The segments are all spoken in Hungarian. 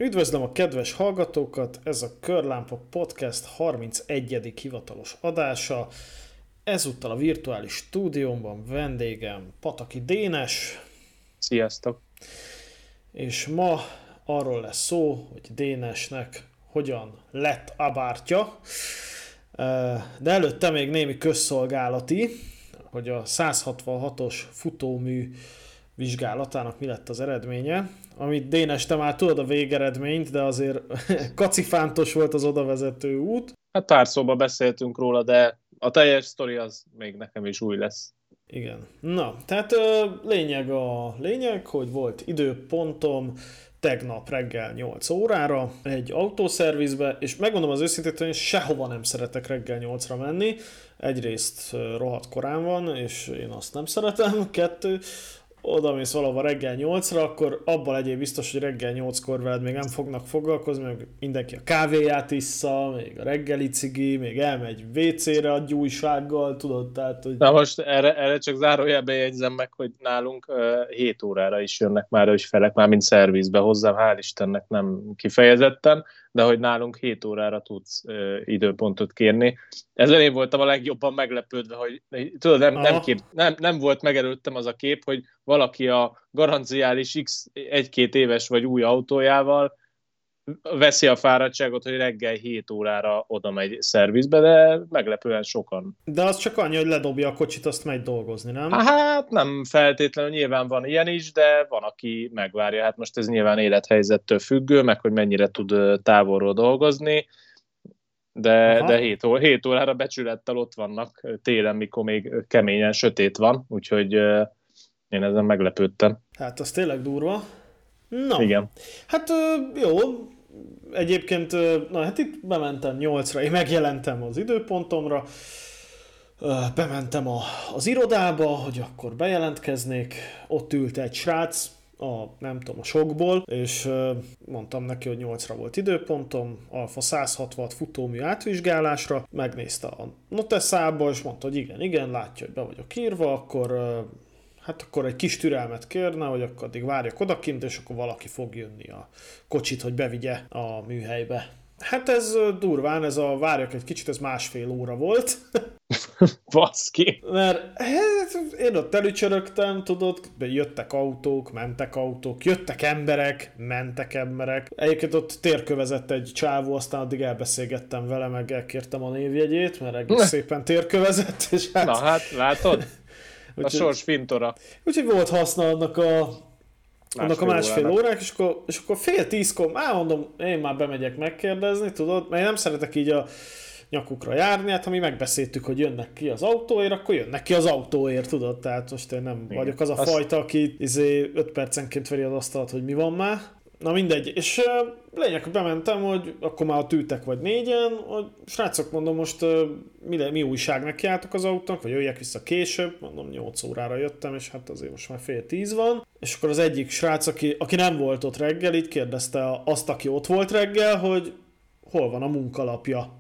Üdvözlöm a kedves hallgatókat, ez a Körlámpa Podcast 31. hivatalos adása. Ezúttal a virtuális stúdiómban vendégem Pataki Dénes. Sziasztok! És ma arról lesz szó, hogy Dénesnek hogyan lett abártja, de előtte még némi közszolgálati, hogy a 166-os futómű vizsgálatának mi lett az eredménye, amit Dénes, te már tudod a végeredményt, de azért kacifántos volt az odavezető út. Hát pár szóba beszéltünk róla, de a teljes sztori az még nekem is új lesz. Igen. Na, tehát lényeg, hogy volt időpontom tegnap reggel 8 órára egy autószervizbe, és megmondom az őszintét, hogy én sehova nem szeretek reggel 8-ra menni. Egyrészt rohadt korán van, és én azt nem szeretem. 2, oda mész valahova reggel 8-ra, akkor abban legyél biztos, hogy reggel 8-kor veled még nem fognak foglalkozni, meg mindenki a kávéját issza, még a reggeli cigi, még elmegy WC-re a gyújsággal, tudod, tehát, hogy... Na most erre csak zárójelben jegyzem meg, hogy nálunk 7 órára is jönnek már ügyfelek, már mint szervizbe hozzám, hál' Istennek nem kifejezetten, de hogy nálunk 7 órára tudsz időpontot kérni. Ezen én voltam a legjobban meglepődve, hogy tudod, nem volt meg előttem az a kép, hogy valaki a garanciális X 1-2 éves vagy új autójával veszi a fáradtságot, hogy reggel 7 órára oda megy szervizbe, de meglepően sokan. De az csak annyi, hogy ledobja a kocsit, azt megy dolgozni, nem? Hát nem feltétlenül, nyilván van ilyen is, de van, aki megvárja. Hát most ez nyilván élethelyzettől függő, meg hogy mennyire tud távolról dolgozni, de 7 órára becsülettel ott vannak télen, mikor még keményen sötét van, úgyhogy én ezen meglepődtem. Hát az tényleg durva. Na, igen. Hát jó, egyébként, na hát itt bementem 8-ra, én megjelentem az időpontomra, bementem az irodába, hogy akkor bejelentkeznék, ott ült egy srác, a sokból, és mondtam neki, hogy 8-ra volt időpontom, Alfa 160 futómű átvizsgálásra, megnézte a noteszába, és mondta, hogy igen, látja, hogy be vagyok írva, akkor egy kis türelmet kérne, hogy akkor addig várjak odakint, és akkor valaki fog jönni a kocsit, hogy bevigye a műhelybe. Hát ez durván, ez a várjak egy kicsit, ez 1,5 óra volt. Baszki! Mert én ott elücsörögtem, tudod, jöttek autók, mentek autók, jöttek emberek, mentek emberek. Egyébként ott térkövezett egy csávó, aztán addig elbeszélgettem vele, meg elkértem a névjegyét, mert egész szépen térkövezett. És Na hát, látod? A sors fintora. Úgyhogy volt haszna annak a 1,5 órák, és akkor 9:30-kor, mondom, én már bemegyek megkérdezni, tudod, mert én nem szeretek így a nyakukra járni, hát ha mi megbeszéltük, hogy jönnek ki az autóért, akkor jönnek ki az autóért, tudod, tehát most én nem vagyok az a fajta, aki 5 percenként veri az asztalat, hogy mi van már. Na mindegy, és lényeg, hogy bementem, hogy akkor már ott ültek vagy 4-en, hogy srácok, mondom, most mi újságnak jártok az autónak, vagy jöjjek vissza később, mondom, 8 órára jöttem, és hát azért most már 9:30 van. És akkor az egyik srác, aki nem volt ott reggel, így kérdezte azt, aki ott volt reggel, hogy hol van a munkalapja.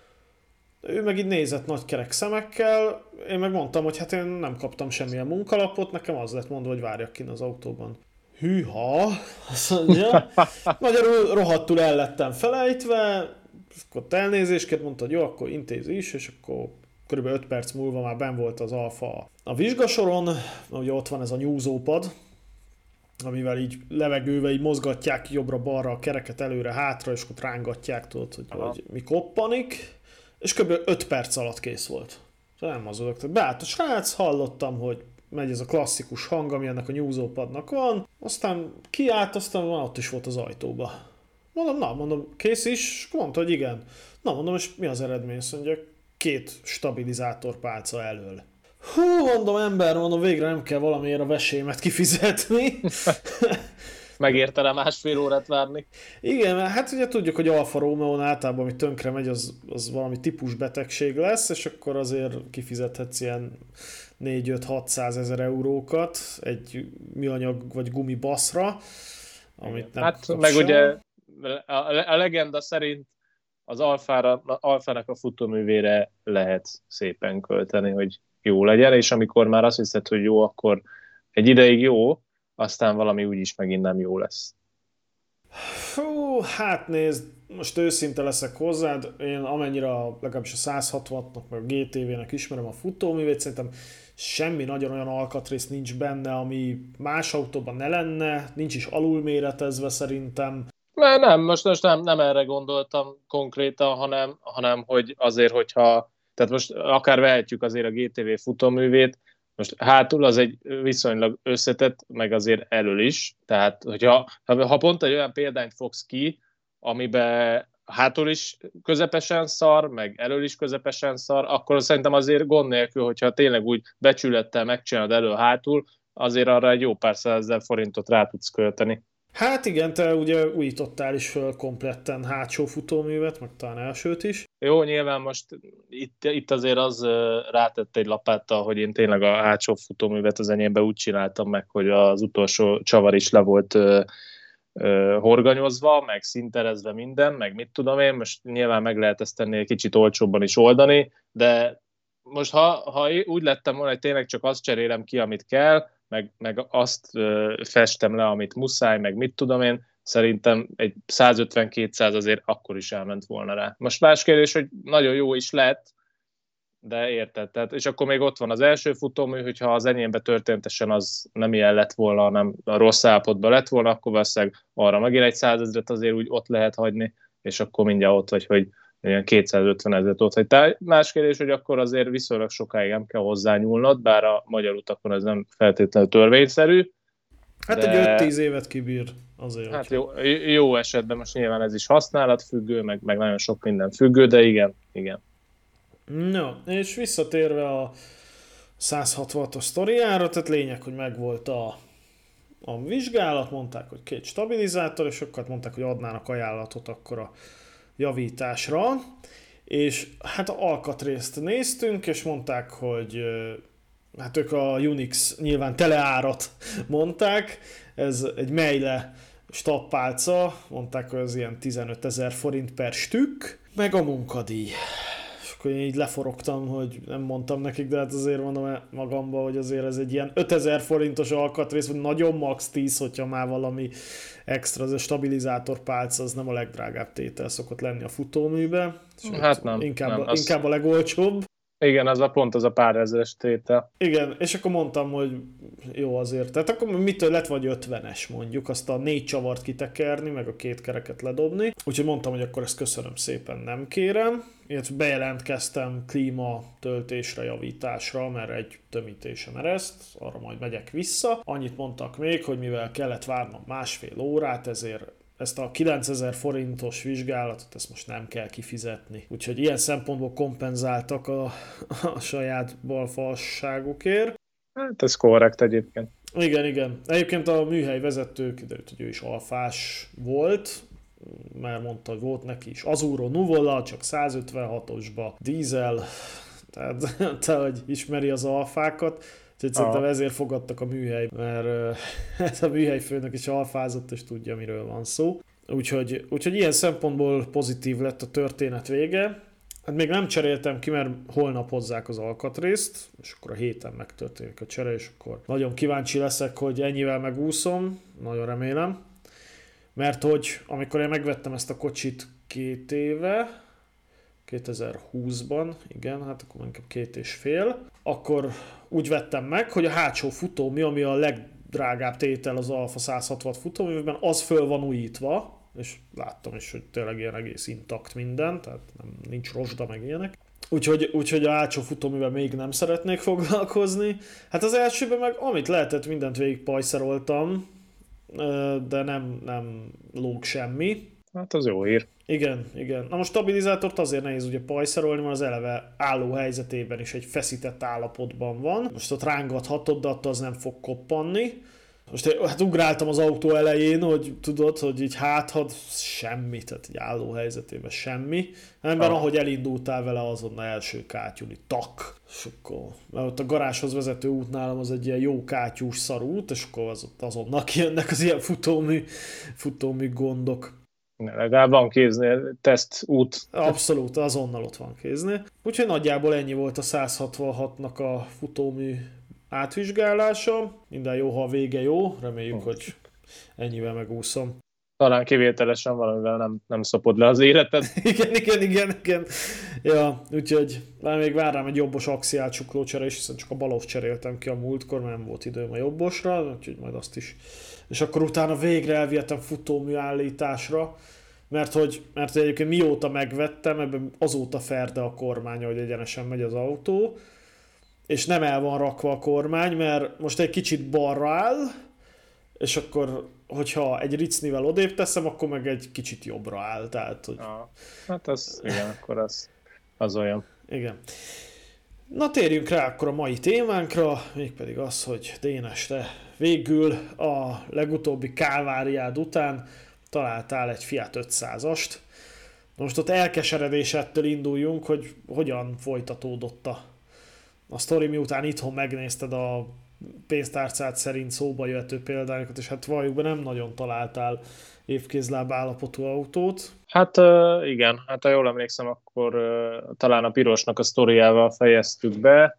Ő meg így nézett nagy kerek szemekkel, én meg mondtam, hogy hát én nem kaptam semmilyen munkalapot, nekem az lett mondva, hogy várjak kint az autóban. Hűha, azt mondja. Magyarul rohadtul el lettem felejtve, akkor elnézésként mondta, hogy jó, akkor intézi is, és akkor kb. 5 perc múlva már benn volt az Alfa a vizsgasoron, ugye ott van ez a nyúzópad, amivel így levegővel így mozgatják jobbra-balra a kereket előre-hátra, és akkor rángatják, tudod, hogy mi koppanik, és kb. 5 perc alatt kész volt. Szóval nem hazudok. Tehát beállt a srác, hallottam, hogy megy ez a klasszikus hang, ami ennek a nyúzópadnak van, aztán kiállt, aztán ott is volt az ajtóba. Mondom, kész is? És mondta, hogy igen. Na, mondom, és mi az eredmény? Azt mondja, 2 stabilizátorpálca elől. Mondom, végre nem kell valamiért a vesémet kifizetni. Megérte rá 1,5 órát várni. Igen, mert hát ugye tudjuk, hogy Alfa Romeo-n általában, ami tönkre megy, az valami típusbetegség lesz, és akkor azért kifizethetsz ilyen 4-5-600 ezer eurókat egy műanyag vagy gumibaszra, amit nem hát meg sem. Ugye a legenda szerint az Alfának a futóművére lehet szépen költeni, hogy jó legyen, és amikor már azt hiszed, hogy jó, akkor egy ideig jó, aztán valami úgyis megint nem jó lesz. Fú, hát nézd, most őszinte leszek hozzád, én amennyire legalábbis a 160-nak, meg a GTV-nek ismerem a futóművét, szerintem semmi nagyon olyan alkatrész nincs benne, ami más autóban ne lenne, nincs is alulméretezve szerintem. Nem, most nem erre gondoltam konkrétan, hanem hogy azért, hogyha, tehát most akár vehetjük azért a GTV futóművét, most hátul az egy viszonylag összetett, meg azért elől is, tehát ha pont egy olyan példányt fogsz ki, amiben hátul is közepesen szar, meg elől is közepesen szar, akkor szerintem azért gond nélkül, hogyha tényleg úgy becsülettel megcsinálod elő-hátul, azért arra egy jó pár százezer forintot rá tudsz költeni. Hát igen, te ugye újítottál is föl kompletten hátsó futóművet, meg talán elsőt is. Jó, nyilván most itt azért az rátett egy lapáttal, hogy én tényleg a hátsó futóművet az enyémbe úgy csináltam meg, hogy az utolsó csavar is le volt horganyozva, meg szinterezve minden, meg mit tudom én, most nyilván meg lehet ezt tenni egy kicsit olcsóbban is oldani, de most ha úgy lettem volna, hogy tényleg csak azt cserélem ki, amit kell, meg azt festem le, amit muszáj, meg mit tudom én, szerintem egy 150-200 azért akkor is elment volna rá. Most más kérdés, hogy nagyon jó is lett, de érted. Tehát, és akkor még ott van az első futómű, hogyha az enyémbe történetesen az nem ilyen lett volna, hanem a rossz állapotban lett volna, akkor valószínűleg arra megint egy 100 000 azért úgy ott lehet hagyni, és akkor mindjárt ott vagy, hogy ilyen 250 000 ott hagy. Tehát más kérdés, hogy akkor azért viszonylag sokáig nem kell hozzányúlnod, bár a magyar utakon ez nem feltétlenül törvényszerű. Hát de... egy 5-10 évet kibír azért. Hát jó esetben most nyilván ez is használatfüggő, meg nagyon sok minden függő, de igen. No, és visszatérve a 166-os sztoriára, tehát lényeg, hogy megvolt a vizsgálat, mondták, hogy 2 stabilizátor, és sokat mondták, hogy adnának ajánlatot akkor a javításra, és hát alkatrészt néztünk, és mondták, hogy hát ők a Unix nyilván teleárat mondták, ez egy Meyle stappálca, mondták, hogy az ilyen 15 000 forint per stück, meg a munkadíj. És akkor én így leforogtam, hogy nem mondtam nekik, de hát azért mondom magamba, hogy azért ez egy ilyen 5000 forintos alkatrész, vagy nagyon max 10, hogyha már valami extra, az a stabilizátor pálca, az nem a legdrágább tétel szokott lenni a futóműbe. Hát nem. Inkább a legolcsóbb. Igen, az a pár ezeres tétel. Igen, és akkor mondtam, hogy jó azért. Tehát akkor mitől lett vagy 50-es mondjuk, azt a 4 csavart kitekerni, meg a 2 kereket ledobni. Úgyhogy mondtam, hogy akkor ezt köszönöm szépen, nem kérem. Illetve bejelentkeztem klíma töltésre, javításra, mert egy tömítésen ereszt, arra majd megyek vissza. Annyit mondtak még, hogy mivel kellett várnom 1,5 órát, ezért ezt a 9000 forintos vizsgálatot, ezt most nem kell kifizetni. Úgyhogy ilyen szempontból kompenzáltak a saját balfasságukért. Hát ez korrekt egyébként. Igen. Egyébként a műhely vezető kiderült, hogy ő is alfás volt, mert mondta, hogy volt neki is Azuro Nuvola, csak 156-osba, dízel, tehát te, hogy ismeri az alfákat. Úgyhogy szerintem ezért fogadtak a műhely, mert ez a műhelyfőnök is alfázott, és tudja, miről van szó. Úgyhogy ilyen szempontból pozitív lett a történet vége. Hát még nem cseréltem ki, mert holnap hozzák az alkatrészt, és akkor a héten megtörténik a csere, és akkor nagyon kíváncsi leszek, hogy ennyivel megúszom, nagyon remélem. Mert hogy amikor én megvettem ezt a kocsit 2 éve, 2020-ban, igen, hát akkor inkább 2,5, akkor úgy vettem meg, hogy a hátsó futómű, ami a legdrágább tétel az Alfa 160 futóműben, az föl van újítva, és láttam is, hogy tényleg ilyen egész intakt minden, tehát nincs rozsda meg ilyenek. Úgyhogy a hátsó futóművel még nem szeretnék foglalkozni. Hát az elsőben meg amit lehetett, mindent végig pajszeroltam, de nem lóg semmi. Hát az jó hír. Igen. Na most stabilizátort azért nehéz ugye pajszerolni, mert az eleve álló helyzetében is egy feszített állapotban van. Most ott rángathatod, de attól az nem fog koppanni. Most hát ugráltam az autó elején, hogy tudod, hogy így háthad semmi, tehát egy álló helyzetében semmi. Ember, ahogy elindultál vele, azonnal első kátyúni, tak. És akkor, mert ott a garázshoz vezető út nálam az egy ilyen jó kátyús szarút, és akkor azonnal kijönnek az ilyen futómű gondok. Legalább van kéznél teszt út. Abszolút, azonnal ott van kéznél. Úgyhogy nagyjából ennyi volt a 166-nak a futómű átvizsgálása. Minden jó, ha a vége jó. Reméljük, hogy ennyivel megúszom. talán kivételesen valamivel nem szopod le az életed. Igen. Ja, úgyhogy még vár rám egy jobbos axiál csuklócsere is, hiszen csak a balos cseréltem ki a múltkor, mert nem volt időm a jobbosra, úgyhogy majd azt is. És akkor utána végre elvihetem futómű állításra, mert egyébként mióta megvettem, ebben azóta ferde a kormánya, hogy egyenesen megy az autó, és nem el van rakva a kormány, mert most egy kicsit balra áll, és akkor, hogyha egy ricnivel odébb teszem, akkor meg egy kicsit jobbra áll. Tehát, hogy... Hát igen, akkor az olyan. Igen. Na térjünk rá akkor a mai témánkra, mégpedig az, hogy Dénes, te végül a legutóbbi kálváriád után találtál egy Fiat 500-ast. Most ott elkeseredésettől induljunk, hogy hogyan folytatódott a sztori, miután itthon megnézted a pénztárcád szerint szóba jöhető példányokat, és hát valljuk be, nem nagyon találtál évkézláb állapotú autót. Hát igen, hát ha jól emlékszem, akkor talán a pirosnak a sztoriával fejeztük be.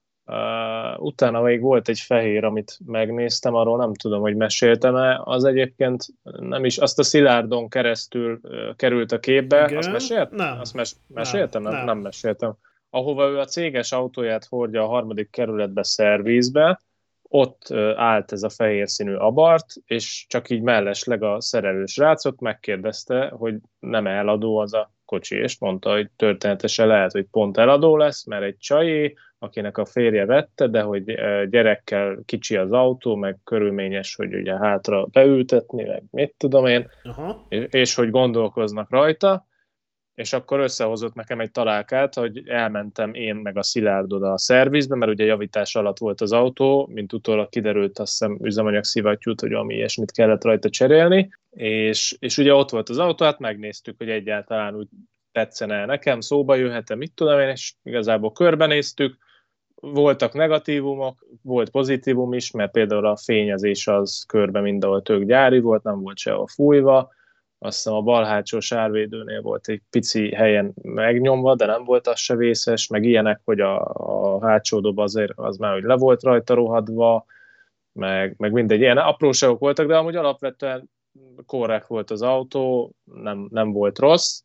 Utána még volt egy fehér, amit megnéztem, arról nem tudom, hogy meséltem-e. Az egyébként nem is, azt a Szilárdon keresztül került a képbe. Igen? Azt meséltem? Nem. Azt meséltem? Nem meséltem. Ahova ő a céges autóját hordja a 3. kerületbe szervízbe, ott állt ez a fehér színű Abarth, és csak így mellesleg a szerelős rácot megkérdezte, hogy nem eladó az a kocsi, és mondta, hogy történetesen lehet, hogy pont eladó lesz, mert egy csajé, akinek a férje vette, de hogy gyerekkel kicsi az autó, meg körülményes, hogy ugye hátra beültetni, meg mit tudom én, és hogy gondolkoznak rajta, és akkor összehozott nekem egy találkát, hogy elmentem én meg a Szilárd oda a szervizbe, mert ugye javítás alatt volt az autó, mint utólag kiderült, azt hiszem üzemanyag szivattyút, hogy ami ilyesmit kellett rajta cserélni, és ugye ott volt az autó, hát megnéztük, hogy egyáltalán úgy tetszene nekem, szóba jöhet-e, mit tudom én, és igazából körbenéztük, voltak negatívumok, volt pozitívum is, mert például a fényezés az körbe mindenhol tök gyári volt, nem volt sehol fújva, azt hiszem a bal hátsó sárvédőnél volt egy pici helyen megnyomva, de nem volt az se vészes, meg ilyenek, hogy a hátsó dob azért az már hogy le volt rajta rohadva, meg mindegy, ilyen apróságok voltak, de amúgy alapvetően korrekt volt az autó, nem volt rossz,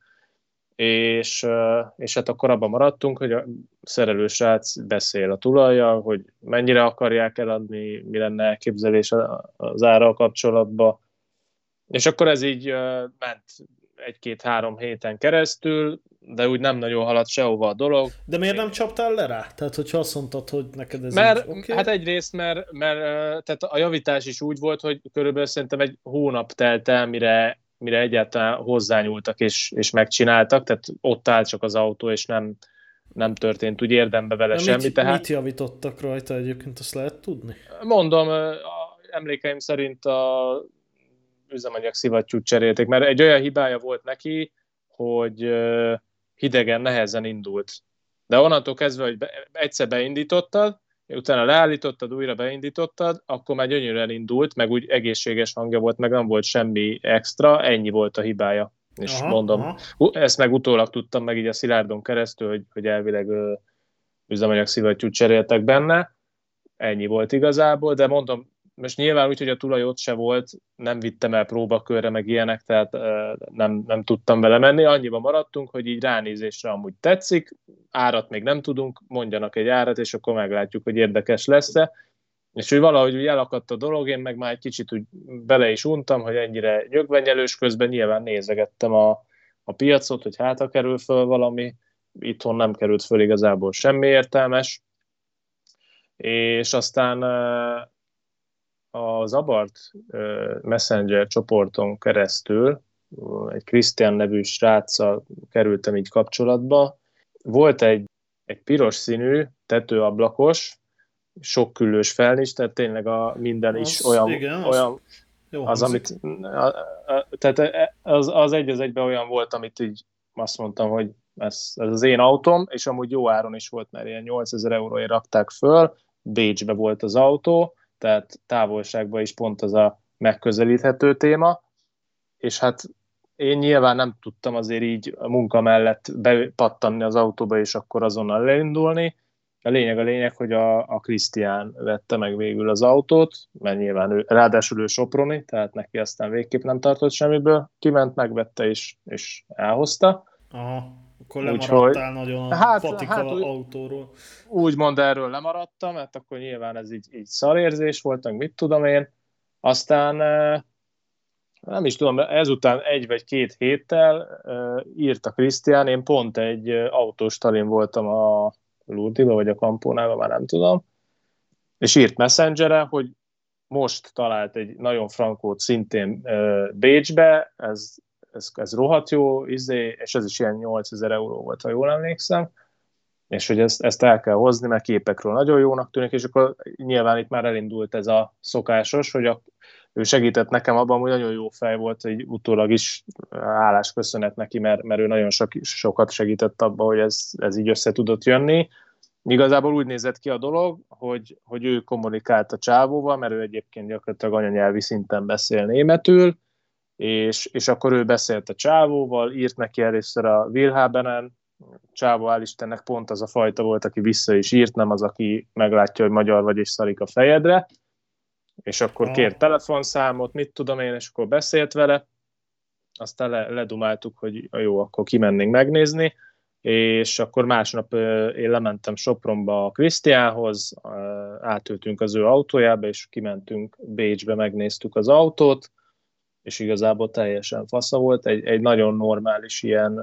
és hát akkor abban maradtunk, hogy a szerelős srác beszél a tulajjal, hogy mennyire akarják eladni, mi lenne elképzelés az árral kapcsolatban. És akkor ez így ment 1-2-3 héten keresztül, de úgy nem nagyon haladt sehova a dolog. De miért nem csaptál le rá? Tehát, hogyha azt mondtad, hogy neked ez mert, így okay? Hát egyrészt, mert tehát a javítás is úgy volt, hogy körülbelül szerintem egy hónap telt el, mire egyáltalán hozzányúltak és megcsináltak, tehát ott állt csak az autó, és nem történt úgy érdembe vele semmi. Mit javítottak rajta egyébként, azt lehet tudni? Mondom, emlékeim szerint a üzemanyag szivattyút cserélték, mert egy olyan hibája volt neki, hogy hidegen nehezen indult. De onnantól kezdve, hogy egyszer beindítottad, utána leállítottad, újra beindítottad, akkor már gyönyörűen indult, meg úgy egészséges hangja volt, meg nem volt semmi extra, ennyi volt a hibája. És mondom, ezt meg utólag tudtam meg így a Szilárdon keresztül, hogy elvileg üzemanyag szivattyút cseréltek benne, ennyi volt igazából, de mondom, most nyilván úgy, hogy a tulaj ott se volt, nem vittem el próbakörre, meg ilyenek, tehát nem tudtam vele menni. Annyiban maradtunk, hogy így ránézésre amúgy tetszik, árat még nem tudunk, mondjanak egy árat, és akkor meglátjuk, hogy érdekes lesz-e. És úgy valahogy úgy elakadt a dolog, én meg már egy kicsit úgy bele is untam, hogy ennyire nyögvenyelős, közben nyilván nézegettem a piacot, hogy hát ha kerül föl valami, itthon nem került föl igazából semmi értelmes. És aztán az Abarth Messenger csoporton keresztül egy Krisztián nevű sráccal kerültem így kapcsolatba. Volt egy piros színű tetőablakos, sokküllős felnis, tehát tényleg minden is olyan, igen, az amit, tehát az egy az egyben olyan volt, amit így azt mondtam, hogy ez az én autóm, és amúgy jó áron is volt, mert ilyen 8000 euróért rakták föl, Bécsbe volt az autó, tehát távolságban is pont az a megközelíthető téma, és hát én nyilván nem tudtam azért így a munka mellett bepattanni az autóba, és akkor azonnal leindulni, A lényeg, hogy a Krisztián vette meg végül az autót, mert nyilván ráadásul ő soproni, tehát neki aztán végképp nem tartott semmiből. Kiment, megvette és elhozta. Aha, akkor Úgyhogy, lemaradtál nagyon a patika autóról. Úgymond erről lemaradtam, mert akkor nyilván ez így szarérzés volt, meg mit tudom én. Aztán nem is tudom, ezután 1 vagy 2 héttel írt a Krisztián, én pont egy autós talin voltam a Lourdes-ba, vagy a Campónában, már nem tudom, és írt Messengerre, hogy most talált egy nagyon frankót szintén Bécsbe, ez rohadt jó, és ez is ilyen 8000 euró volt, ha jól emlékszem, és hogy ezt el kell hozni, mert képekről nagyon jónak tűnik, és akkor nyilván itt már elindult ez a szokásos, hogy ő segített nekem abban, hogy nagyon jó fej volt, hogy utólag is állás köszönet neki, mert ő nagyon sokat segített abban, hogy ez így össze tudott jönni. Igazából úgy nézett ki a dolog, hogy ő kommunikált a csávóval, mert ő egyébként gyakorlatilag anyanyelvi szinten beszél németül, és akkor ő beszélt a csávóval, írt neki először a Willhabenen, csávó, hál' Istennek pont az a fajta volt, aki vissza is írt, nem az, aki meglátja, hogy magyar vagy és szarik a fejedre, és akkor kért telefonszámot, mit tudom én, és akkor beszélt vele, aztán ledumáltuk, hogy jó, akkor kimennénk megnézni, és akkor másnap én lementem Sopronba a Krisztiánhoz, átültünk az ő autójába, és kimentünk Bécsbe, megnéztük az autót, és igazából teljesen fasza volt, egy nagyon normális ilyen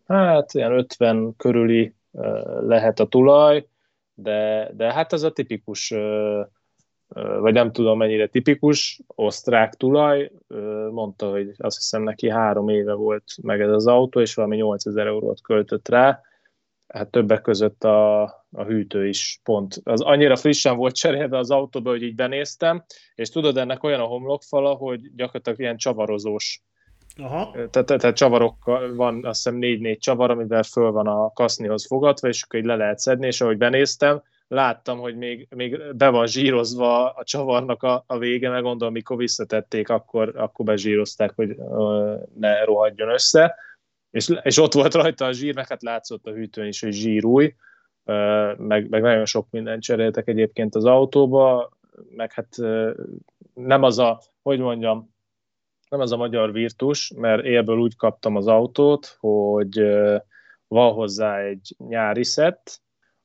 50 körüli lehet a tulaj, de hát ez a tipikus, vagy nem tudom mennyire tipikus, osztrák tulaj, mondta, hogy azt hiszem neki 3 éve volt meg ez az autó, és valami 8000 eurót költött rá, hát többek között a hűtő is pont. Az annyira frissen volt cserélve az autóba, hogy így benéztem, és tudod, ennek olyan a homlokfala, hogy gyakorlatilag ilyen csavarozós. Aha. Tehát csavarokkal van, azt hiszem 4 csavar, amivel föl van a kasznihoz fogatva, és akkor így le lehet szedni, és ahogy benéztem, láttam, hogy még be van zsírozva a csavarnak a vége, meg gondolom, mikor visszatették, akkor bezsírozták, hogy ne rohadjon össze. És ott volt rajta a zsír, meg hát látszott a hűtőn is, hogy zsírúj, meg nagyon sok mindent cseréltek egyébként az autóba, meg hát nem az a, hogy mondjam, nem az a magyar Virtus, mert élből úgy kaptam az autót, hogy van hozzá egy nyári szett,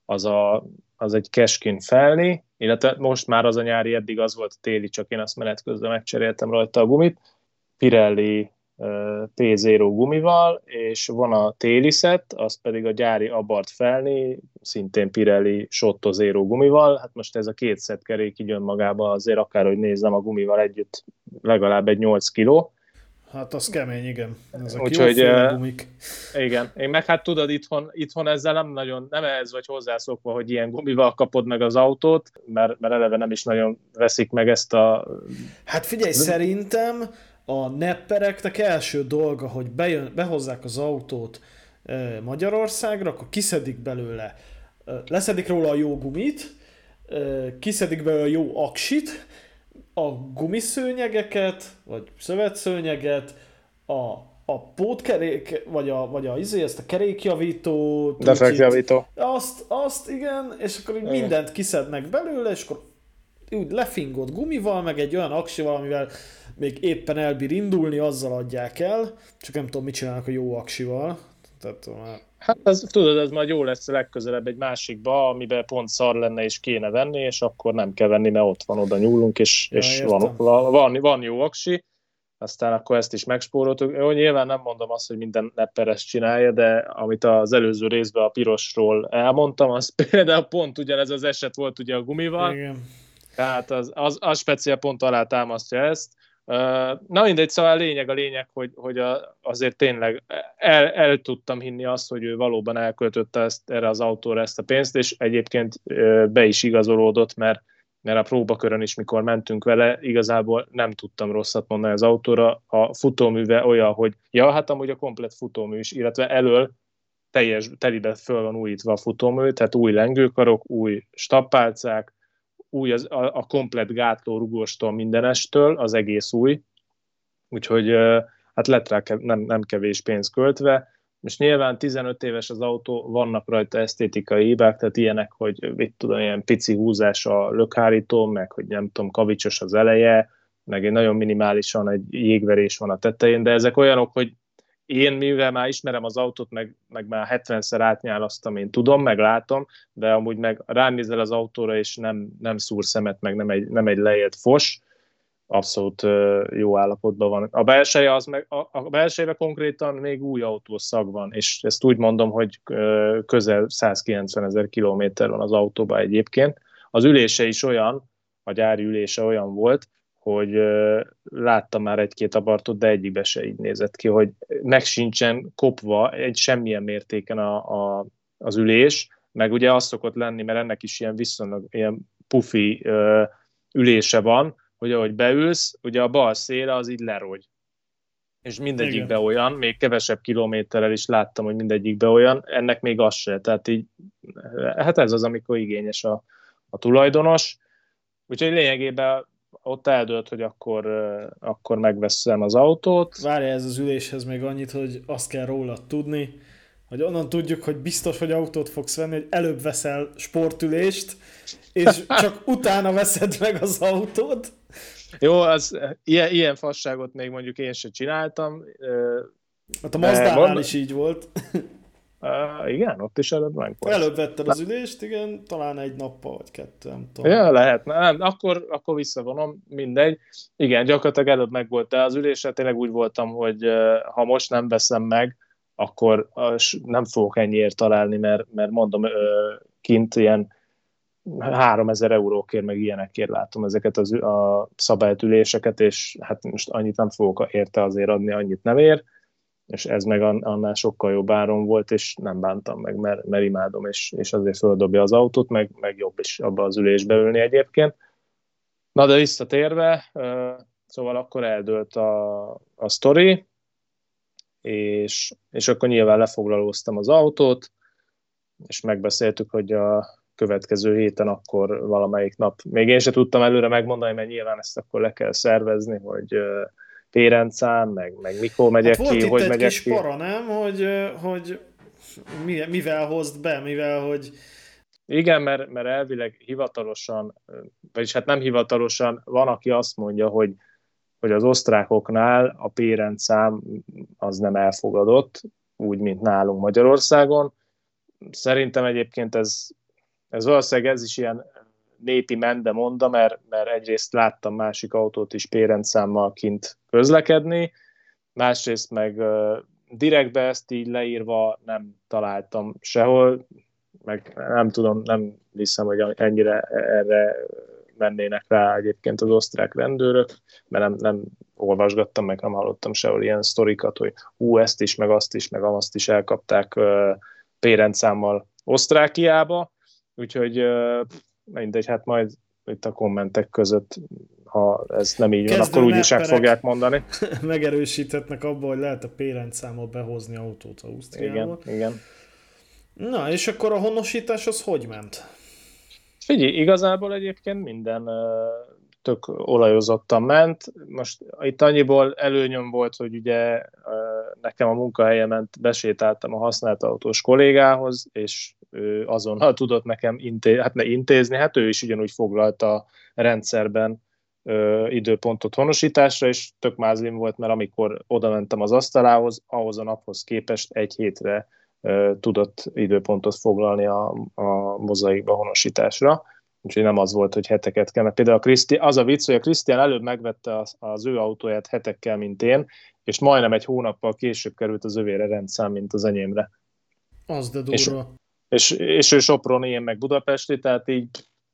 az egy Keskin felni, illetve most már az a nyári, eddig az volt a téli, csak én azt menet közben megcseréltem rajta a gumit, Pirelli P0 gumival, és van a téli szett, az pedig a gyári Abarth felni, szintén Pirelli Shotto Zero gumival, hát most ez a 2 szett kerék így önmagában azért akárhogy nézzem a gumival együtt legalább egy 8 kiló. Hát az kemény, igen. Ezek úgyhogy, jó gumik. Igen, én meg hát tudod, itthon ezzel nem ehhez vagy hozzászokva, hogy ilyen gumival kapod meg az autót, mert eleve nem is nagyon veszik meg ezt a... Hát figyelj, szerintem a neppereknek első dolga, hogy behozzák az autót Magyarországra, akkor kiszedik belőle, leszedik róla a jó gumit, kiszedik belőle a jó aksit, a gumiszőnyegeket, vagy szövetszőnyeget, a pótkerék, vagy ezt a kerékjavítót. Defektjavító. Azt igen, és akkor így mindent kiszednek belőle, és akkor úgy lefingott gumival, meg egy olyan aksival, amivel még éppen elbír indulni, azzal adják el, csak nem tudom, mit csinálnak a jó aksival. Tehát, hát tudod, ez majd jó lesz legközelebb egy másikba, amiben pont szar lenne és kéne venni, és akkor nem kell venni, mert ott van, oda nyúlunk, és van jó aksi, aztán akkor ezt is megspóroltuk. Jó, nyilván nem mondom azt, hogy minden nepper ezt csinálja, de amit az előző részben a pirosról elmondtam, az például pont ugyanez az eset volt ugye a gumival. Igen. Tehát az speciál pont alá támasztja ezt. Na mindegy, szóval a lényeg, hogy azért tényleg el tudtam hinni azt, hogy ő valóban elköltötte erre az autóra ezt a pénzt, és egyébként be is igazolódott, mert a próbakörön is, mikor mentünk vele, igazából nem tudtam rosszat mondani az autóra. A futóműve olyan, hogy hát amúgy a komplet futómű is, illetve elől telibe föl van újítva a futómű, tehát új lengőkarok, új stappálcák, új a komplet gátló rugóstól mindenestől, az egész új, úgyhogy hát lett rá nem kevés pénz költve, Most nyilván 15 éves az autó, vannak rajta esztétikai hibák, tehát ilyenek, hogy mit tudom, ilyen pici húzás a lökhárító, meg hogy nem tudom, kavicsos az eleje, meg egy nagyon minimálisan egy jégverés van a tetején, de ezek olyanok, hogy én, mivel már ismerem az autót, meg már 70-szer átnyálasztam, én tudom, meg látom, de amúgy meg ránézel az autóra, és nem szúr szemet, meg nem egy leélt fos, abszolút jó állapotban van. A belseje az meg, a belsejében konkrétan még új autós szag van, és ezt úgy mondom, hogy közel 190 000 kilométer van az autóban egyébként. Az ülése is olyan, a gyári ülése olyan volt, hogy láttam már egy-két abartot, de egyikbe se így nézett ki, hogy meg sincsen kopva egy semmilyen mértéken az ülés, meg ugye az szokott lenni, mert ennek is ilyen viszonylag ilyen pufi ülése van, hogy ahogy beülsz, ugye a bal széle az így lerogy. És mindegyikben olyan, még kevesebb kilométerrel is láttam, hogy mindegyikben olyan, ennek még az se. Tehát így, hát ez az, amikor igényes a tulajdonos. Úgyhogy lényegében ott eldőlt, hogy akkor megveszem az autót. Várja, ez az üléshez még annyit, hogy azt kell róla tudni, hogy onnan tudjuk, hogy biztos, hogy autót fogsz venni, hogy előbb veszel sportülést, és csak utána veszed meg az autót. Jó, ilyen fasságot még mondjuk én se csináltam. Hát a Mazdánál is így volt. Igen, ott is előbb meg volt. Előbb vetted az ülést, igen, talán egy nappal vagy kettő, nem tudom. Ja, lehet. Nem, akkor visszavonom, mindegy. Igen, gyakorlatilag előbb meg volt, de az ülésre tényleg úgy voltam, hogy ha most nem veszem meg, akkor nem fogok ennyiért találni, mert mondom, kint ilyen 3000 eurókért, meg ilyenekért látom ezeket a szabályt üléseket, és hát most annyit nem fogok érte azért adni, annyit nem ér, és ez meg annál sokkal jobb áron volt, és nem bántam meg, mert imádom, és azért földobja az autót, meg jobb is abba az ülésbe ülni egyébként. Na de visszatérve, szóval akkor eldőlt a sztori, és akkor nyilván lefoglalóztam az autót, és megbeszéltük, hogy a következő héten akkor valamelyik nap. Még én sem tudtam előre megmondani, mert nyilván ezt akkor le kell szervezni, hogy pérencám, meg mikor megyek hát ki, hogy megyek ki. Volt itt egy kis para, nem? Hogy mivel hozd be, mivel hogy... Igen, mert elvileg hivatalosan, vagyis hát nem hivatalosan, van, aki azt mondja, hogy az osztrákoknál a pérencszám az nem elfogadott, úgy, mint nálunk Magyarországon. Szerintem egyébként ez valószínűleg ez is ilyen népi mendemonda, mert egyrészt láttam másik autót is pérencszámmal kint közlekedni, másrészt meg direktbe ezt így leírva nem találtam sehol, meg nem tudom, nem hiszem, hogy ennyire erre mennének rá egyébként az osztrák rendőrök, mert nem olvasgattam, meg nem hallottam sehol ilyen sztorikat, hogy ezt is, meg azt is elkapták pérencszámmal Osztrákiába, úgyhogy mindegy, hát majd itt a kommentek között, ha ez nem így van, akkor úgyis meg fogják mondani. Megerősíthetnek abban, hogy lehet a pérencszámmal behozni autót Ausztriába. Igen. Na, és akkor a honosítás az hogy ment? Figyelj, igazából egyébként minden tök olajozottan ment. Most itt annyiból előnyöm volt, hogy ugye nekem a munkahelyemen besétáltam a használt autós kollégához, és ő azonnal tudott nekem intézni, hát ő is ugyanúgy foglalta a rendszerben időpontot honosításra, és tök mázlim volt, mert amikor oda mentem az asztalához, ahhoz a naphoz képest egy hétre tudott időpontot foglalni a mozaikba honosításra. Úgyhogy nem az volt, hogy heteket kell. Mert például az a vicc, hogy a Krisztián előbb megvette az ő autóját hetekkel, mint én, és majdnem egy hónappal később került az övére rendszám, mint az enyémre. Az de durva. És ő Soproni, én meg budapesti, tehát így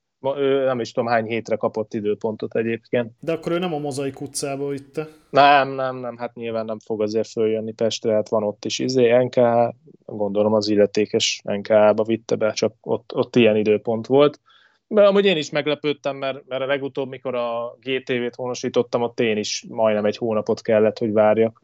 ő nem is tudom hány hétre kapott időpontot egyébként. De akkor ő nem a Mozaik utcába vitte? Nem, hát nyilván nem fog azért följönni Pestre, hát van ott is NKH, gondolom az illetékes NKH-ba vitte be, csak ott ilyen időpont volt. De amúgy én is meglepődtem, mert a legutóbb, mikor a GTV-t honosítottam, ott én is majdnem egy hónapot kellett, hogy várjak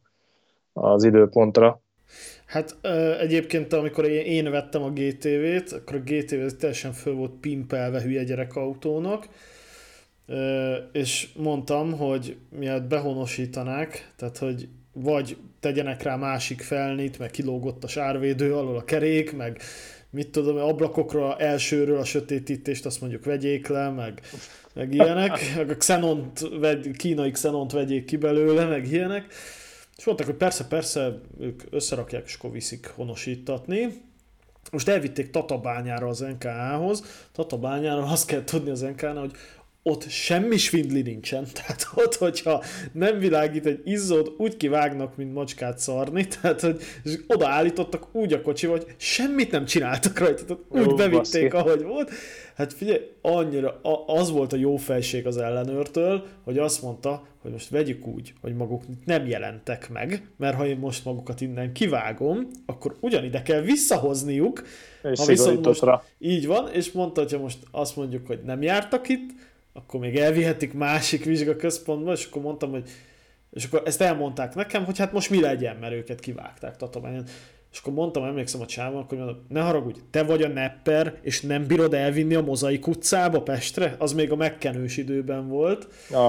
az időpontra. Hát egyébként, amikor én vettem a GTV-t, akkor a GTV teljesen föl volt pimpelve hülye gyerek autónak, és mondtam, hogy miatt behonosítanák, tehát hogy vagy tegyenek rá másik felnit, meg kilógott a sárvédő alól a kerék, meg mit tudom, ablakokra elsőről a sötétítést azt mondjuk vegyék le, meg ilyenek, meg a kínai xenont vegyék ki belőle, meg ilyenek. És mondták, hogy persze, ők összerakják, és akkor viszik honosítatni. Most elvitték Tatabányára az NKA-hoz. Tatabányára azt kell tudni az NK-nál, hogy ott semmi svindli nincsen. Tehát ott, hogyha nem világít egy izzót, úgy kivágnak, mint macskát szarni. Tehát, hogy odaállítottak úgy a kocsiba, hogy semmit nem csináltak rajta. Tehát úgy bevitték, ahogy volt. Hát figyelj, annyira az volt a jó fejség az ellenőrtől, hogy azt mondta, hogy most vegyük úgy, hogy maguk nem jelentek meg, mert ha én most magukat innen kivágom, akkor ugyanide kell visszahozniuk. És ha viszont most így van, és mondta, hogy ha most azt mondjuk, hogy nem jártak itt, akkor még elvihetik másik vizsgaközpontba, és akkor mondtam, hogy és akkor ezt elmondták nekem, hogy hát most mi legyen, mert őket kivágták Tatabányon. És akkor mondtam, emlékszem a csávon, hogy mondom, ne haragudj, te vagy a nepper, és nem bírod elvinni a Mozaik utcába Pestre? Az még a megkenős időben volt.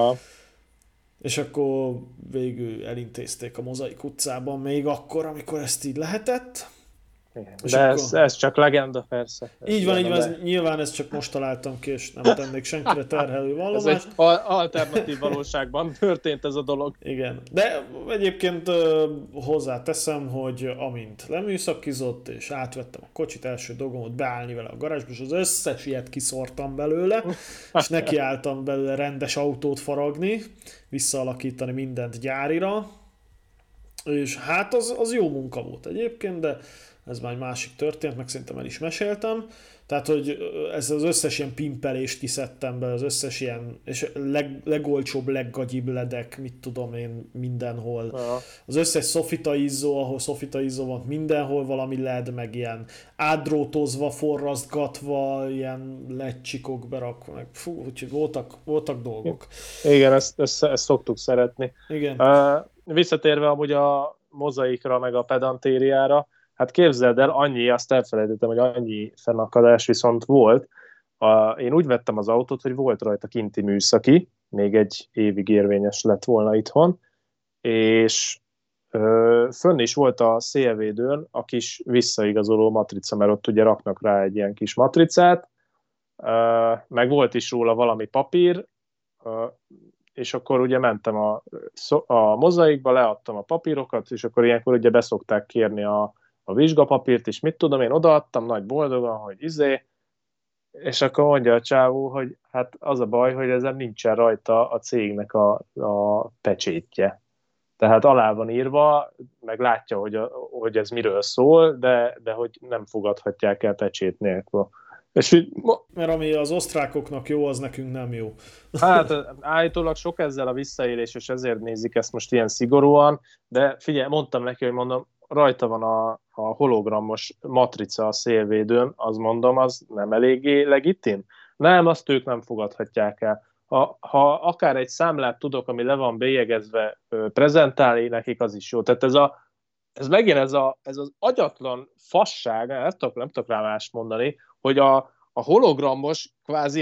És akkor végül elintézték a Mozaik utcában még akkor, amikor ezt így lehetett. Igen, de akkor... ez csak legenda, persze. Így van, nyilván ezt csak most találtam ki, és nem tennék senkire terhelő vallomást. Ez egy alternatív valóságban történt ez a dolog. Igen, de egyébként hozzáteszem, hogy amint leműszakizott, és átvettem a kocsit, első dolgom, hogy beállni vele a garázsba, és az összes ilyet kiszórtam belőle, és nekiálltam belőle rendes autót faragni, visszaalakítani mindent gyárira, és hát az jó munka volt egyébként, de ez már egy másik történet, meg szerintem el is meséltem. Tehát, hogy ez az összes ilyen pimpelést kiszedtem be, az összes ilyen, és legolcsóbb, leggagyibb ledek, mit tudom én, mindenhol. Aha. Az összes szofita izzó, ahol szofita izzó van, mindenhol valami led, meg ilyen átdrótozva, forrasztgatva, ilyen ledcsikok berakva, meg fú, úgyhogy voltak dolgok. Igen, ezt szoktuk szeretni. Igen. Visszatérve amúgy a mozaikra, meg a pedantériára, hát képzeld el, azt elfelejtettem, hogy annyi fennakadás viszont volt. Én úgy vettem az autót, hogy volt rajta kinti műszaki, még egy évig érvényes lett volna itthon, és fönn is volt a szélvédőn a kis visszaigazoló matrica, mert ott ugye raknak rá egy ilyen kis matricát, meg volt is róla valami papír, és akkor ugye mentem a mozaikba, leadtam a papírokat, és akkor ilyenkor ugye beszokták kérni a vizsgapapírt is, mit tudom, én odaadtam nagy boldogan, hogy és akkor mondja a csávó, hogy hát az a baj, hogy ezen nincsen rajta a cégnek a pecsétje. Tehát alá van írva, meg látja, hogy ez miről szól, de hogy nem fogadhatják el pecsét nélkül. Mert ami az osztrákoknak jó, az nekünk nem jó. Hát állítólag sok ezzel a visszaélés, és ezért nézik ezt most ilyen szigorúan, de figyelj, mondtam neki, hogy rajta van a hologramos matrica a szélvédőn, az mondom, az nem eléggé legitim? Nem, azt ők nem fogadhatják el. Ha akár egy számlát tudok, ami le van bélyegezve, prezentálni, nekik az is jó. Tehát ez megint ez az agyatlan fasság, nem tudok rá más mondani, hogy a hologramos, kvázi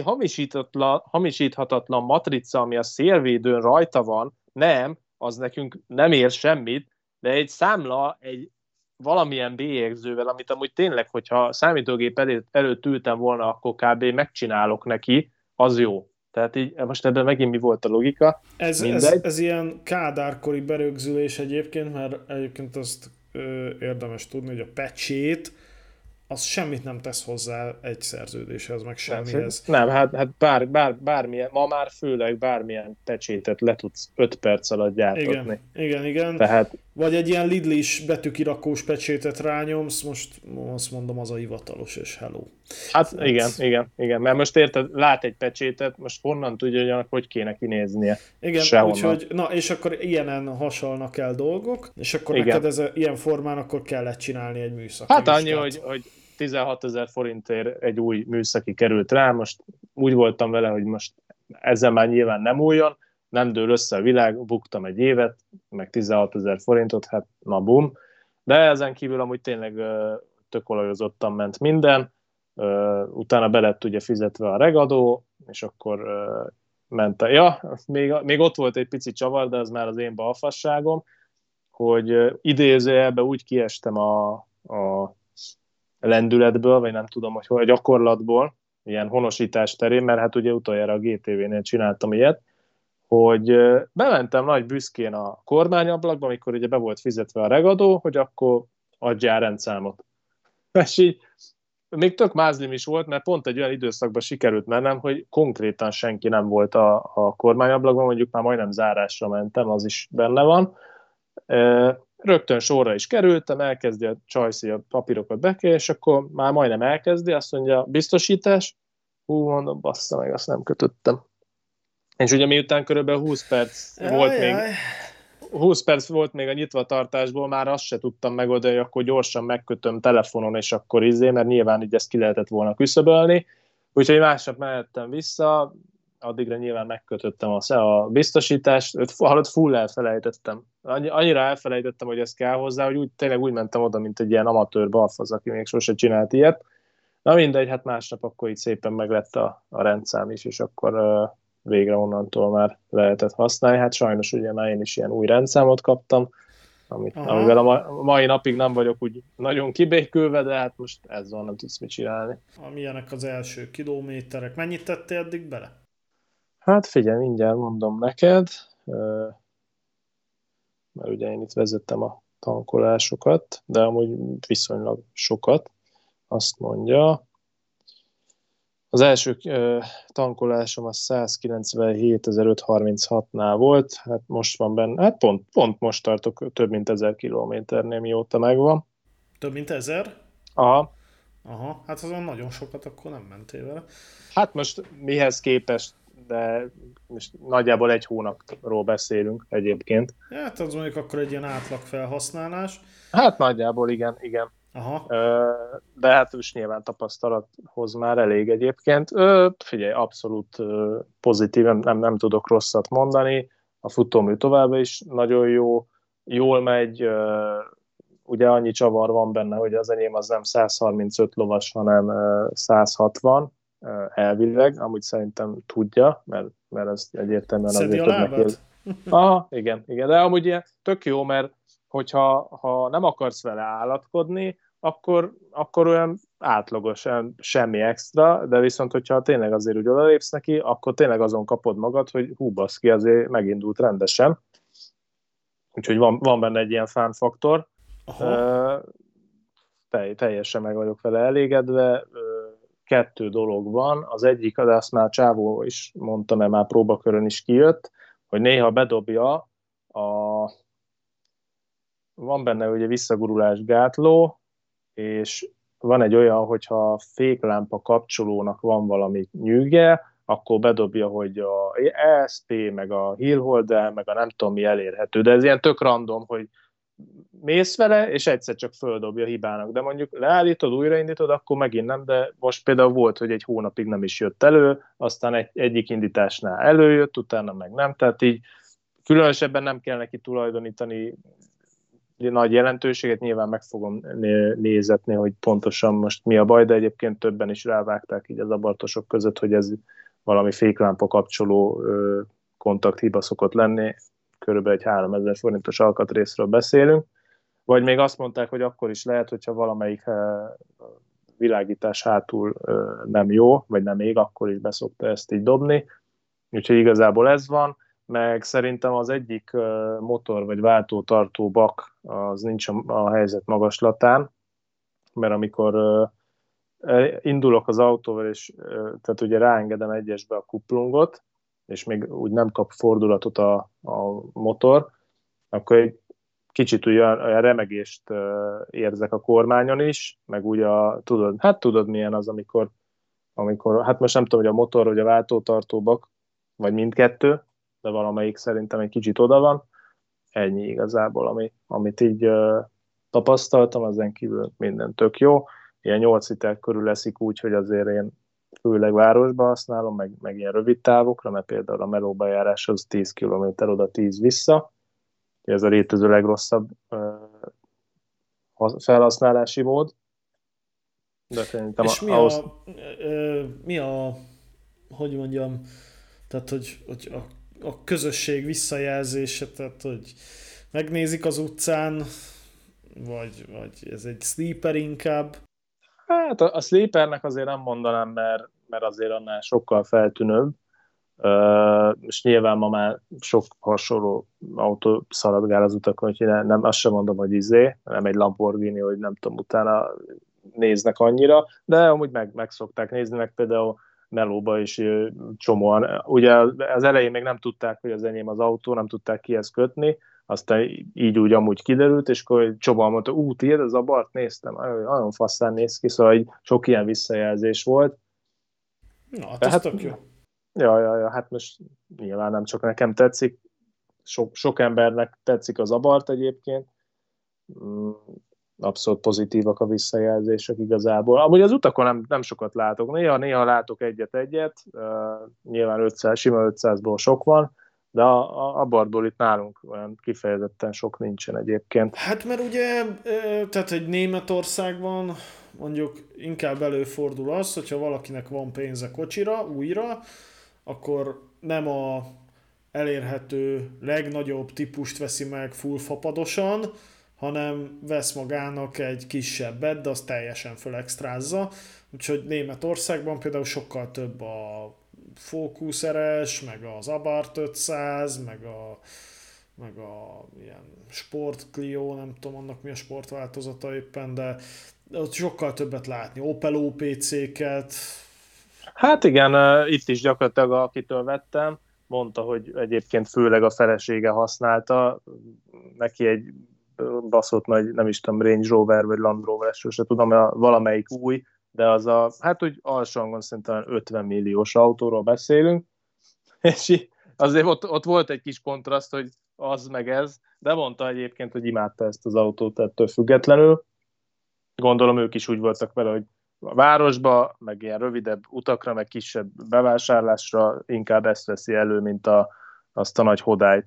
hamisíthatatlan matrica, ami a szélvédőn rajta van, az nekünk nem ér semmit, de egy számla, egy valamilyen bélyegzővel, amit amúgy tényleg, hogyha számítógép előtt ültem volna, akkor kb. Megcsinálok neki, az jó. Tehát így, most ebben megint mi volt a logika? Ez ilyen kádárkori berögzülés egyébként, mert egyébként azt érdemes tudni, hogy a pecsét az semmit nem tesz hozzá egy szerződéshez, meg semmihez. Nem, hát bármilyen, ma már főleg bármilyen pecsétet le tudsz 5 perc alatt gyártatni. Igen. Tehát... Vagy egy ilyen Lidl-is betűkirakós pecsétet rányomsz, most azt mondom, az a hivatalos, és hello. Hát igen, mert most érted, lát egy pecsétet, most honnan tudja, hogy kéne kinéznie? Igen, úgyhogy, és akkor ilyenen hasalnak el dolgok, és akkor neked ilyen formán akkor kellett csinálni egy műszaki. Hát annyi, hogy 16 000 forintért egy új műszaki került rá, most úgy voltam vele, hogy most ezzel már nyilván nem újon, nem dől össze a világ, buktam egy évet, meg 16 000 forintot, hát na bum. De ezen kívül amúgy tényleg tök olajozottan ment minden, utána be lett ugye fizetve a regadó, és akkor ment még ott volt egy pici csavar, de az már az én balfasságom, hogy idézőjelben úgy kiestem a lendületből, vagy nem tudom, hogy a gyakorlatból, ilyen honosítás terén, mert hát ugye utoljára a GTV-nél csináltam ilyet, hogy bementem nagy büszkén a kormányablakba, amikor ugye be volt fizetve a regadó, hogy akkor adjál rendszámot. És így még tök mázlim is volt, mert pont egy olyan időszakban sikerült mennem, hogy konkrétan senki nem volt a kormányablakban, mondjuk már majdnem zárásra mentem, az is benne van. Rögtön sorra is kerültem, elkezdi a csajszi a papírokat bekér, és akkor már majdnem elkezdi, azt mondja, biztosítás, mondom, bassza meg, azt nem kötöttem. És ugye miután körülbelül 20 perc volt még a nyitvatartásból, már azt se tudtam megoldani, hogy akkor gyorsan megkötöm telefonon, és akkor mert nyilván így ezt ki lehetett volna küszöbölni. Úgyhogy másnap mehettem vissza, addigra nyilván megkötöttem a biztosítást, hallott full elfelejtettem. Annyira elfelejtettem, hogy ez kell hozzá, hogy tényleg úgy mentem oda, mint egy ilyen amatőr balfaz, aki még sose csinált ilyet. Na mindegy, hát másnap akkor így szépen meglett a rendszám is, és akkor végre onnantól már lehetett használni. Hát sajnos ugye már én is ilyen új rendszámot kaptam, amivel a mai napig nem vagyok úgy nagyon kibékülve, de hát most ezzel nem tudsz mit csinálni. Milyenek az első kilométerek? Mennyit tettél eddig bele? Hát figyelj, mindjárt mondom neked, mert ugye én itt vezettem a tankolásokat, de amúgy viszonylag sokat. Azt mondja, az első tankolásom az 197.536-nál volt, hát most van benne, hát pont most tartok több mint 1000 kilométernél, mióta megvan. Több mint 1000? Aha, hát azon nagyon sokat akkor nem mentél vele. Hát most mihez képest, de most nagyjából egy hónapról beszélünk egyébként. Hát az mondjuk akkor egy ilyen átlag felhasználás. Hát nagyjából igen. Aha. De hát most nyilván tapasztalathoz már elég egyébként. Figyelj, abszolút pozitív, nem tudok rosszat mondani. A futómű továbbá is nagyon jó, jól megy, ugye annyi csavar van benne, hogy az enyém az nem 135 lovas, hanem 160 elvileg, amúgy szerintem tudja, mert ez egyértelműen Szedi azért a többnek lábad? Aha, igen, de amúgy ilyen tök jó, mert hogyha nem akarsz vele állatkodni, akkor olyan átlagos, semmi extra, de viszont hogyha tényleg azért úgy odalépsz neki, akkor tényleg azon kapod magad, hogy hú baszki, azért megindult rendesen. Úgyhogy van benne egy ilyen fun faktor. Teljesen meg vagyok vele elégedve. 2 dolog van. Az egyik, de azt már Csávó is mondta, mert már próbakörön is kijött, hogy néha bedobja van benne ugye visszagurulás gátló, és van egy olyan, hogyha a féklámpa kapcsolónak van valami nyűge, akkor bedobja, hogy a ESP, meg a Hillholder, meg a nem tudom mi elérhető, de ez ilyen tök random, hogy mész vele, és egyszer csak földobja hibának, de mondjuk leállítod, újraindítod, akkor megint nem, de most például volt, hogy egy hónapig nem is jött elő, aztán egyik indításnál előjött, utána meg nem, tehát így különösebben nem kell neki tulajdonítani nagy jelentőséget, nyilván meg fogom nézetni, hogy pontosan most mi a baj, de egyébként többen is rávágták így az abartosok között, hogy ez valami féklámpa kapcsoló kontakthiba szokott lenni, körülbelül egy 3000 forintos alkatrészről beszélünk, vagy még azt mondták, hogy akkor is lehet, hogyha valamelyik világítás hátul nem jó, vagy nem ég, akkor is beszokta ezt így dobni, úgyhogy igazából ez van, meg szerintem az egyik motor vagy váltótartó bak az nincs a helyzet magaslatán, mert amikor indulok az autóval, és tehát ugye ráengedem egyesbe a kuplungot, és még úgy nem kap fordulatot a motor, akkor egy kicsit olyan remegést érzek a kormányon is, meg úgy tudod milyen az, amikor hát most nem tudom, hogy a motor vagy a váltótartó bak, vagy mindkettő, de valamelyik szerintem egy kicsit oda van. Ennyi igazából, amit így tapasztaltam, ezen kívül minden tök jó. Ilyen 8 liter körül leszik úgy, hogy azért én főleg városba használom, meg ilyen rövid távokra, mert például a meló bejárás az 10 km oda, 10 vissza. Ez a létező legrosszabb felhasználási mód. De szerintem és mi a hogy mondjam, tehát hogy a közösség visszajelzése, tehát hogy megnézik az utcán, vagy ez egy sleeper inkább? Hát a sleepernek azért nem mondanám, mert azért annál sokkal feltűnőbb. És nyilván ma már sok hasonló autó szaladgál az utakon, úgyhogy nem, azt sem mondom, hogy nem egy Lamborghini, hogy nem tudom, utána néznek annyira, de amúgy meg szokták nézni, meg például melóba is csomóan. Ugye az elején még nem tudták, hogy az enyém az autó, nem tudták kihez kötni, aztán így úgy amúgy kiderült, és akkor csomóan mondta, tiéd az Abarth, néztem, nagyon faszán néz ki, szóval így sok ilyen visszajelzés volt. Na, hát ez tök jó. Ja, hát most nyilván nem csak nekem tetszik, sok embernek tetszik az Abarth egyébként, abszolút pozitívak a visszajelzések igazából. Amúgy az utakon nem sokat látok, néha látok egyet, nyilván sima 500-ból sok van, de a Abarthból itt nálunk olyan kifejezetten sok nincsen egyébként. Hát mert ugye, tehát egy Németországban mondjuk inkább előfordul az, hogyha valakinek van pénze kocsira, újra, akkor nem a elérhető legnagyobb típust veszi meg full fapadosan, hanem vesz magának egy kisebbet, de az teljesen fölextrázza. Úgyhogy Németországban például sokkal több a Focus RS, meg az Abarth 500, meg a ilyen Sport Clio, nem tudom annak mi a sportváltozata éppen, de ott sokkal többet látni. Opel OPC-ket. Hát igen, itt is gyakorlatilag akitől vettem, mondta, hogy egyébként főleg a felesége használta, neki egy baszott nagy, nem is tudom, Range Rover vagy Land Rover, sose tudom, valamelyik új, de az hát úgy alsóangon szerintem 50 milliós autóról beszélünk, és azért ott volt egy kis kontraszt, hogy az meg ez, de mondta egyébként, hogy imádta ezt az autót ettől függetlenül. Gondolom ők is úgy voltak vele, hogy a városba, meg ilyen rövidebb utakra, meg kisebb bevásárlásra inkább ezt veszi elő, mint azt a nagy Hodályt.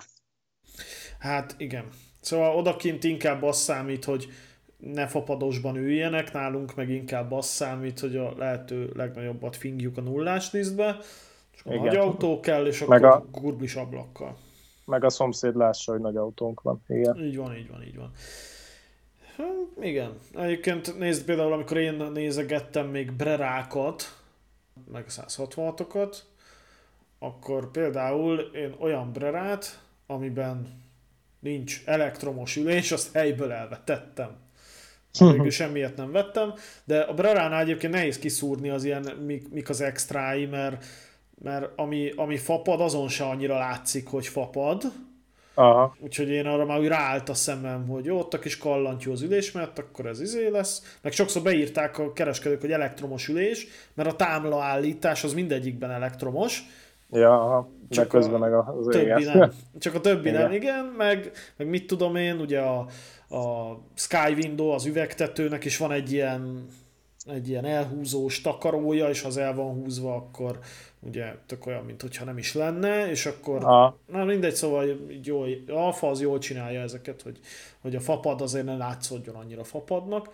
Hát igen. Szóval odakint inkább az számít, hogy ne fapadosban üljenek, nálunk meg inkább az számít, hogy a lehető legnagyobbat fingjuk a nullás lisztbe, és a nagy autó kell, és meg akkor gurbis ablakkal. Meg a szomszéd lássa, hogy nagy autónk van. Igen. Így van. Igen. Egyébként nézd például, amikor én nézegettem még Brerákat, meg 166-okat, akkor például én olyan Brerát, amiben nincs elektromos ülés, azt helyből elvetettem. Végül semmiért nem vettem, de a Breránál egyébként nehéz kiszúrni az ilyen, mik az extrái, mert ami fapad, azon se annyira látszik, hogy fapad. Aha. Úgyhogy én arra már úgy ráállt a szemem, hogy jó, ott a kis kallantyú az ülés mellett, akkor ez lesz. Meg sokszor beírták a kereskedők, hogy elektromos ülés, mert a támlaállítás az mindegyikben elektromos. Ja, csak közben meg az többi nem. Csak a többi igen. Nem, igen, meg mit tudom én, ugye a Sky Window, az üvegtetőnek is van egy ilyen elhúzós takarója, és ha az el van húzva, akkor ugye tök olyan, mintha nem is lenne, és akkor na mindegy, szóval jól, Alfa az jól csinálja ezeket, hogy a fapad azért ne látszódjon annyira fapadnak.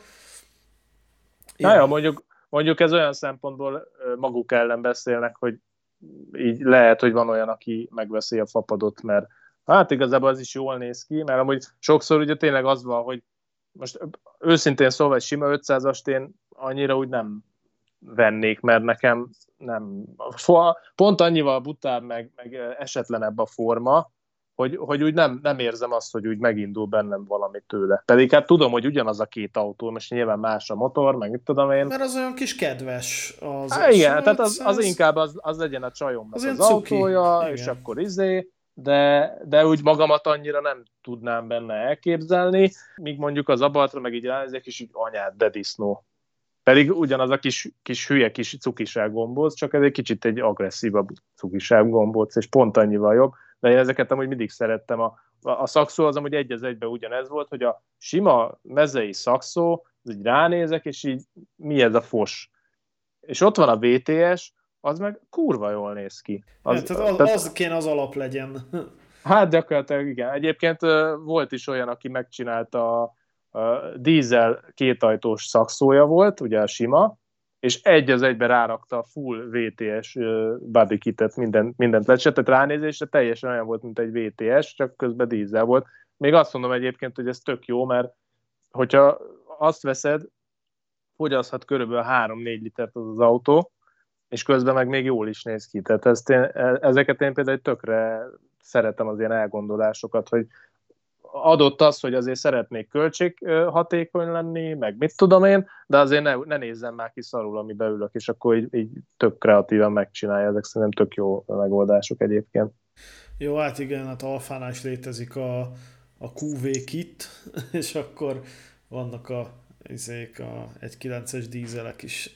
Ja, mondjuk ez olyan szempontból maguk ellen beszélnek, hogy így lehet, hogy van olyan, aki megveszi a fapadot, mert hát igazából az is jól néz ki, mert amúgy sokszor ugye tényleg az van, hogy most őszintén szólva egy sima 500-ast én annyira úgy nem vennék, mert nekem nem, pont annyival butább, meg esetlenebb a forma, hogy úgy nem érzem azt, hogy úgy megindul bennem valami tőle. Pedig hát tudom, hogy ugyanaz a két autó, most nyilván más a motor, meg mit tudom én. Mert az olyan kis kedves. Igen, tehát az inkább az legyen a csajomnak az autója, és akkor de úgy magamat annyira nem tudnám benne elképzelni, míg mondjuk az Abarthra meg így ránézek, és így anyád, de disznó. Pedig ugyanaz a kis hülye kis cukiság gombóc, csak ez egy kicsit egy agresszívabb cukiság gombóc, és pont annyival jobb. De én ezeket amúgy mindig szerettem. A szakszó az amúgy egy az egyben ugyanez volt, hogy a sima mezei szakszó, az így ránézek, és így mi ez a fos. És ott van a VTS, az meg kurva jól néz ki. Az kéne az alap legyen. Hát gyakorlatilag igen. Egyébként volt is olyan, aki megcsinálta a dízel kétajtós szakszója volt, ugye a sima, és egy az egyben rárakta a full VTS body kitet, mindent lecsetett ránézésre, teljesen olyan volt, mint egy VTS, csak közben dízel volt. még azt mondom egyébként, hogy ez tök jó, mert hogyha azt veszed, fogyaszthat körülbelül 3-4 litert az autó, és közben meg még jól is néz ki. Tehát ezeket én például tökre szeretem az ilyen elgondolásokat, hogy adott az, hogy azért szeretnék költséghatékony lenni, meg mit tudom én, de azért ne nézzem már ki szarul, ami beülök, és akkor így tök kreatívan megcsinálja. Ezek szerintem tök jó megoldások egyébként. Jó, hát igen, hát Alfánál is létezik a QV kit, és akkor vannak a 1.9-es dízelek is.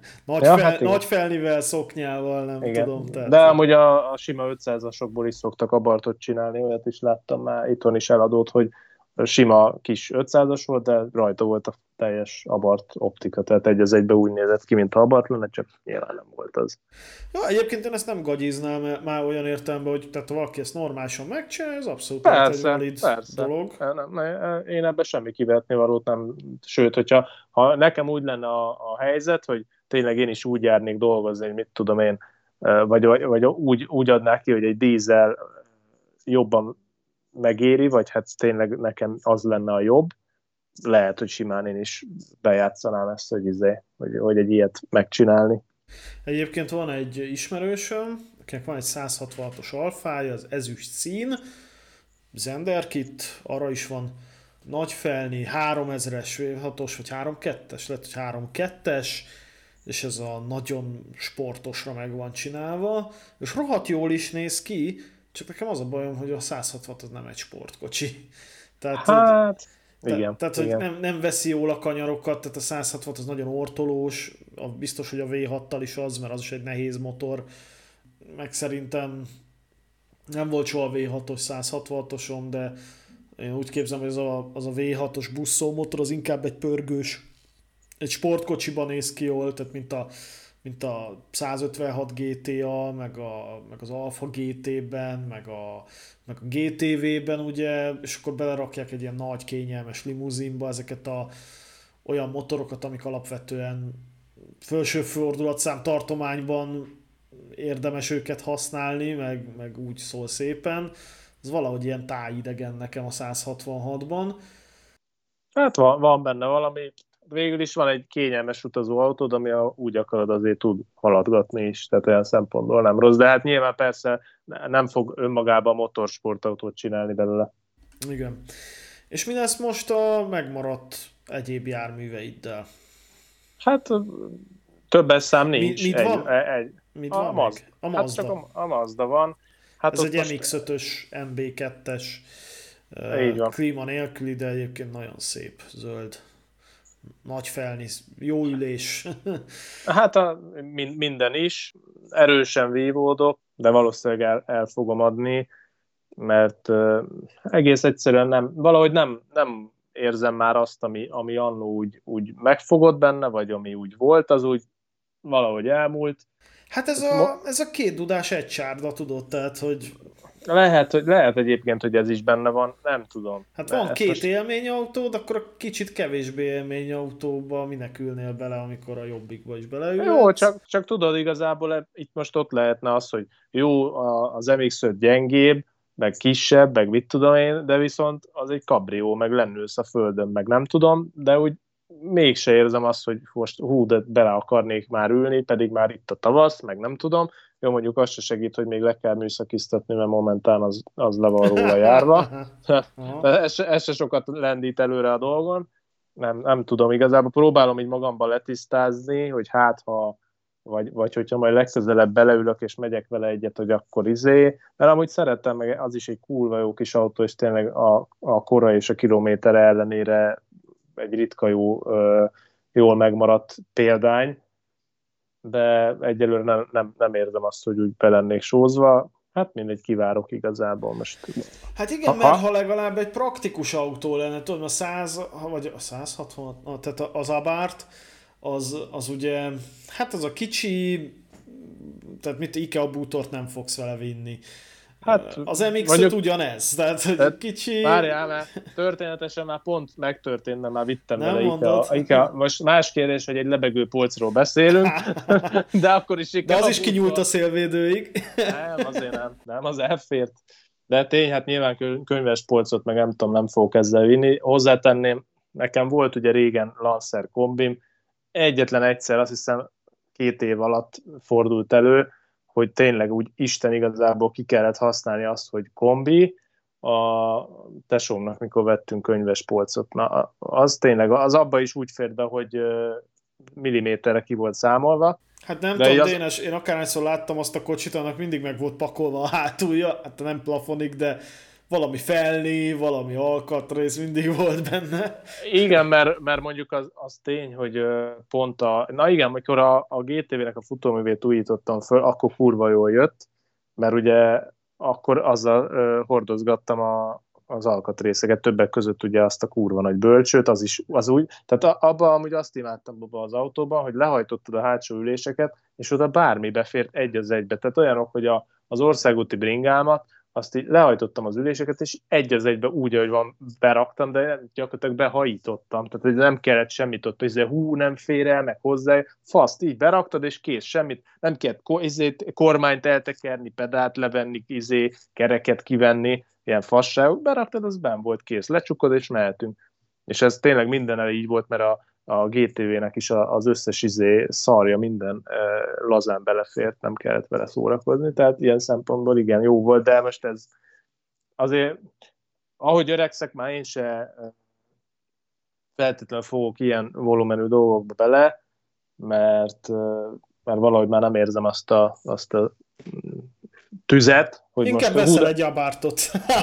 Nagy felnivel, szoknyával, nem igen. Tudom. Tehát... De amúgy a sima 500-asokból is szoktak abartot csinálni, olyat is láttam már, itthon is eladott, hogy sima kis 500-as volt, de rajta volt a teljes abart optika, tehát egy az egybe úgy nézett ki, mint ha abart lenne, csak nyilván nem volt az. Ja, egyébként én ezt nem gagyiznám már olyan értelemben, hogy tehát valaki ezt normálisan megcsinálja, ez abszolút egy valid dolog. Én ebben semmi kivetni valót nem, sőt, hogyha nekem úgy lenne a helyzet, hogy tényleg én is úgy járnék dolgozni, hogy mit tudom én, vagy úgy adnák ki, hogy egy dízel jobban megéri, vagy hát tényleg nekem az lenne a jobb, lehet, hogy simán én is bejátszanám ezt, hogy egy ilyet megcsinálni. Egyébként van egy ismerősöm, akinek van egy 166-os alfája, az ezüst szín, Zenderkit, arra is van nagy felni, 3000-es V6-os, vagy 3.2-es, lehet, hogy 3.2-es, és ez a nagyon sportosra meg van csinálva, és rohadt jól is néz ki, csak nekem az a bajom, hogy a 166 az nem egy sportkocsi. Tehát, igen. Tehát, hogy nem veszi jól a kanyarokat, tehát a 160 az nagyon ortolós, biztos, hogy a V6-tal is az, mert az is egy nehéz motor, meg szerintem nem volt soha V6-os 166-osom, de én úgy képzelem, hogy az a V6-os buszó motor az inkább egy pörgős, egy sportkocsiban néz ki jól, tehát mint a 156 GTA, meg az Alfa GT-ben, meg a GTV-ben, ugye, és akkor belerakják egy ilyen nagy, kényelmes limuzinba ezeket olyan motorokat, amik alapvetően felső fordulatszám tartományban érdemes őket használni, meg úgy szól szépen. Ez valahogy ilyen tájidegen nekem a 166-ban. Hát van benne valami. Végül is van egy kényelmes utazóautód, ami úgy akarod azért tud haladgatni is, tehát olyan szempontból nem rossz, de hát nyilván persze nem fog önmagában motorsportautót csinálni belőle. Igen. És mi lesz most a megmaradt egyéb járműveiddel? Hát többes szám nincs. Mit van? Mit van Mazda. A Mazda. Hát csak a Mazda van. Hát ez egy MX-5-ös MB2-es klíma nélküli, de egyébként nagyon szép, zöld. Nagy felnéz, jó ülés. Hát minden is. Erősen vívódok, de valószínűleg el fogom adni, mert egész egyszerűen valahogy nem érzem már azt, ami annó úgy megfogott benne, vagy ami úgy volt, az úgy valahogy elmúlt. Hát ez a két dudás egy csárda, tudod, tehát, hogy... Lehet egyébként, hogy ez is benne van, nem tudom. Hát van két élményautód, akkor a kicsit kevésbé élményautóba minek ülnél bele, amikor a jobbikba is beleülsz? Jó, csak tudod, igazából itt most ott lehetne az, hogy jó, az MX-5 gyengébb, meg kisebb, meg mit tudom én, de viszont az egy kabrió, meg lennősz a földön, meg nem tudom, de úgy mégse érzem azt, hogy most de bele akarnék már ülni, pedig már itt a tavasz, meg nem tudom. Jó, mondjuk azt se segít, hogy még le kell műszakiztatni, mert momentán az le van róla járva. Ez se sokat lendít előre a dolgon. Nem tudom, igazából próbálom így magamban letisztázni, hogy vagy hogyha majd legközelebb beleülök és megyek vele egyet, hogy akkor mert amúgy szeretem, meg az is egy kurva jó kis autó, és tényleg a kora és a kilométere ellenére egy ritka jól megmaradt példány, de egyelőre nem érzem azt, hogy úgy be lennék sózva. Hát mindegy, kivárok igazából most. Hát igen, mert ha legalább egy praktikus autó lenne, tudom, a 100, vagy a 160, tehát az Abarth, az ugye, hát az a kicsi, tehát mit IKEA bútort nem fogsz vele vinni. Hát, az MX-5 ugyanez, tehát kicsi... Várjál, mert történetesen már pont megtörtént, mert már vittem vele IKEA. Most más kérdés, hogy egy lebegő polcról beszélünk, de akkor is IKEA. De az is kinyúlt a szélvédőig. Nem, azért nem, az elfért. De tény, hát nyilván könyves polcot meg nem tudom, nem fogok ezzel vinni. Hozzátenném, nekem volt ugye régen Lancer kombim, egyetlen egyszer, azt hiszem 2 év alatt fordult elő, hogy tényleg úgy Isten igazából ki kellett használni azt, hogy kombi, a tesómnak, mikor vettünk könyves polcot. Na, az tényleg, az abba is úgy fért be, hogy milliméterre ki volt számolva. Hát nem tudom, Dénes, én akárhányszor láttam azt a kocsit, annak mindig meg volt pakolva a hátulja, hát nem plafonik, de valami felné, valami alkatrész mindig volt benne. Igen, mert mondjuk az tény, hogy pont na igen, amikor a GTV-nek a futóművét újítottam föl, akkor kurva jól jött, mert ugye akkor azzal hordozgattam az alkatrészeket, többek között ugye azt a kurva nagy bölcsőt, az úgy, tehát abban amúgy azt imádtam abban az autóban, hogy lehajtottad a hátsó üléseket, és oda bármi befért egy az egybe, tehát olyanok, hogy az országúti bringámat, azt így lehajtottam az üléseket, és egy az egybe úgy, ahogy van, beraktam, de gyakorlatilag behajítottam, tehát hogy nem kellett semmit ott, hogy nem fér el, meg hozzá, faszt, így beraktad, és kész, semmit, nem kellett kormányt eltekerni, pedált levenni, kereket kivenni, ilyen fasságok, beraktad, az benn volt, kész, lecsukod, és mehetünk. És ez tényleg mindenre így volt, mert a GTV-nek is az összes szarja, minden lazán belefért, nem kellett vele szórakozni, tehát ilyen szempontból igen, jó volt, de most ez azért, ahogy öregszek, már én se feltétlenül fogok ilyen volumenű dolgokba bele, mert valahogy már nem érzem azt a tüzet, hogy inkább most... veszel egy Abarthot.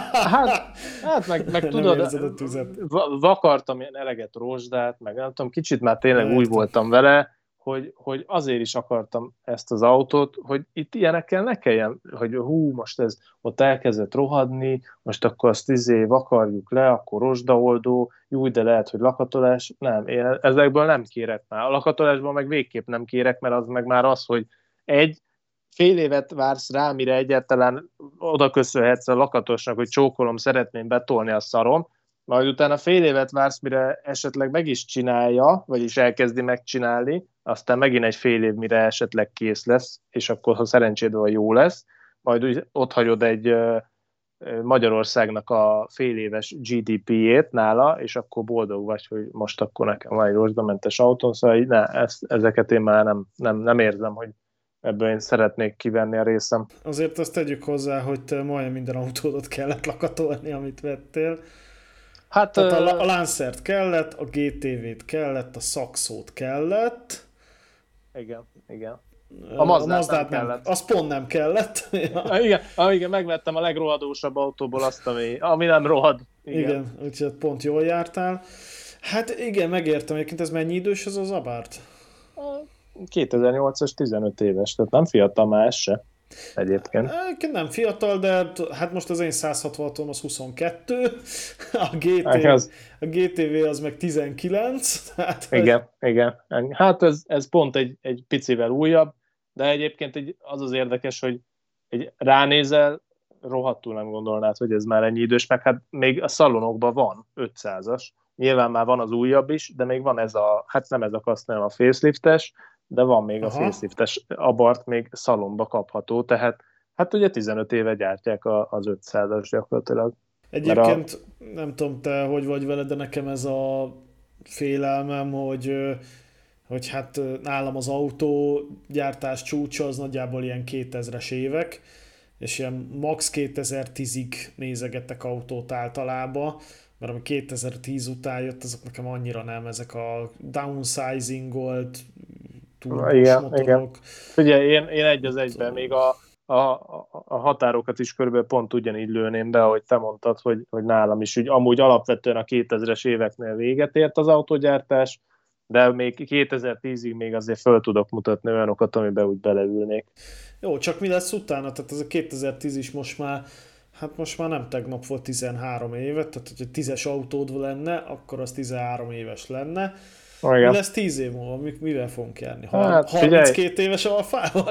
Hát meg tudod, vakartam ilyen eleget rozsdát, meg nem tudom, kicsit már tényleg úgy voltam vele, hogy azért is akartam ezt az autót, hogy itt ilyenekkel ne kelljen, hogy most ez ott elkezdett rohadni, most akkor azt vakarjuk le, akkor rozsdaoldó, jó, de lehet, hogy lakatolás. Nem, én ezekből nem kérek már. A lakatolásból meg végképp nem kérek, mert az meg már az, hogy fél évet vársz rá, mire egyáltalán oda köszönhetsz a lakatosnak, hogy csókolom, szeretném betolni a szarom, majd utána fél évet vársz, mire esetleg meg is csinálja, vagyis elkezdi megcsinálni, aztán megint egy fél év, mire esetleg kész lesz, és akkor, ha szerencséd van, jó lesz, majd úgy ott hagyod egy Magyarországnak a fél éves GDP-jét nála, és akkor boldog vagy, hogy most akkor nekem van egy rozsdamentes autón, szóval ezeket én már nem érzem, hogy ebből én szeretnék kivenni a részem. Azért azt tegyük hozzá, hogy te majdnem minden autódat kellett lakatolni, amit vettél. Hát, tehát a Lancert kellett, a GTV-t kellett, a Saxót kellett. Igen. A Mazdát nem kellett. Az pont nem kellett. Igen, megvettem a legrohadósabb autóból azt, ami nem rohad. Igen, úgyhogy pont jól jártál. Hát igen, megértem. Egyébként ez mennyi idős ez az Abarth? 2008-as, 15 éves, tehát nem fiatal már ez se egyébként. Nem fiatal, de hát most az én 160-om az 22, a GTV az meg 19. Tehát igen. Hát ez pont egy picivel újabb, de egyébként az érdekes, hogy ránézel, rohadtul nem gondolnád, hogy ez már ennyi idős, meg hát még a szalonokban van 500-as. Nyilván már van az újabb is, de még van hát nem ez a kaszt, nem a faceliftes, de van még a faceliftes Abarth még szalomba kapható, tehát hát ugye 15 éve gyártják az 500-as gyakorlatilag. Egyébként nem tudom te, hogy vagy vele, de nekem ez a félelmem, hogy hát nálam az autógyártás csúcsa az nagyjából ilyen 2000-es évek, és ilyen max 2010-ig nézegettek autót általában, mert ami 2010 után jött, azok nekem annyira nem, ezek a downsizingolt turbos motorok. Igen. Ugye én egy az egyben még a határokat is körülbelül pont ugyanígy lőném be, ahogy te mondtad, hogy nálam is úgy, amúgy alapvetően a 2000-es éveknél véget ért az autógyártás, de még 2010-ig még azért föl tudok mutatni olyanokat, amiben úgy beleülnék. Jó, csak mi lesz utána? Tehát ez a 2010 is most már nem tegnap volt 13 évet, tehát hogyha 10-es autód lenne, akkor az 13 éves lenne. Igen. Mi lesz 10 év múlva? Mivel fogunk járni? 32 éves Alfával?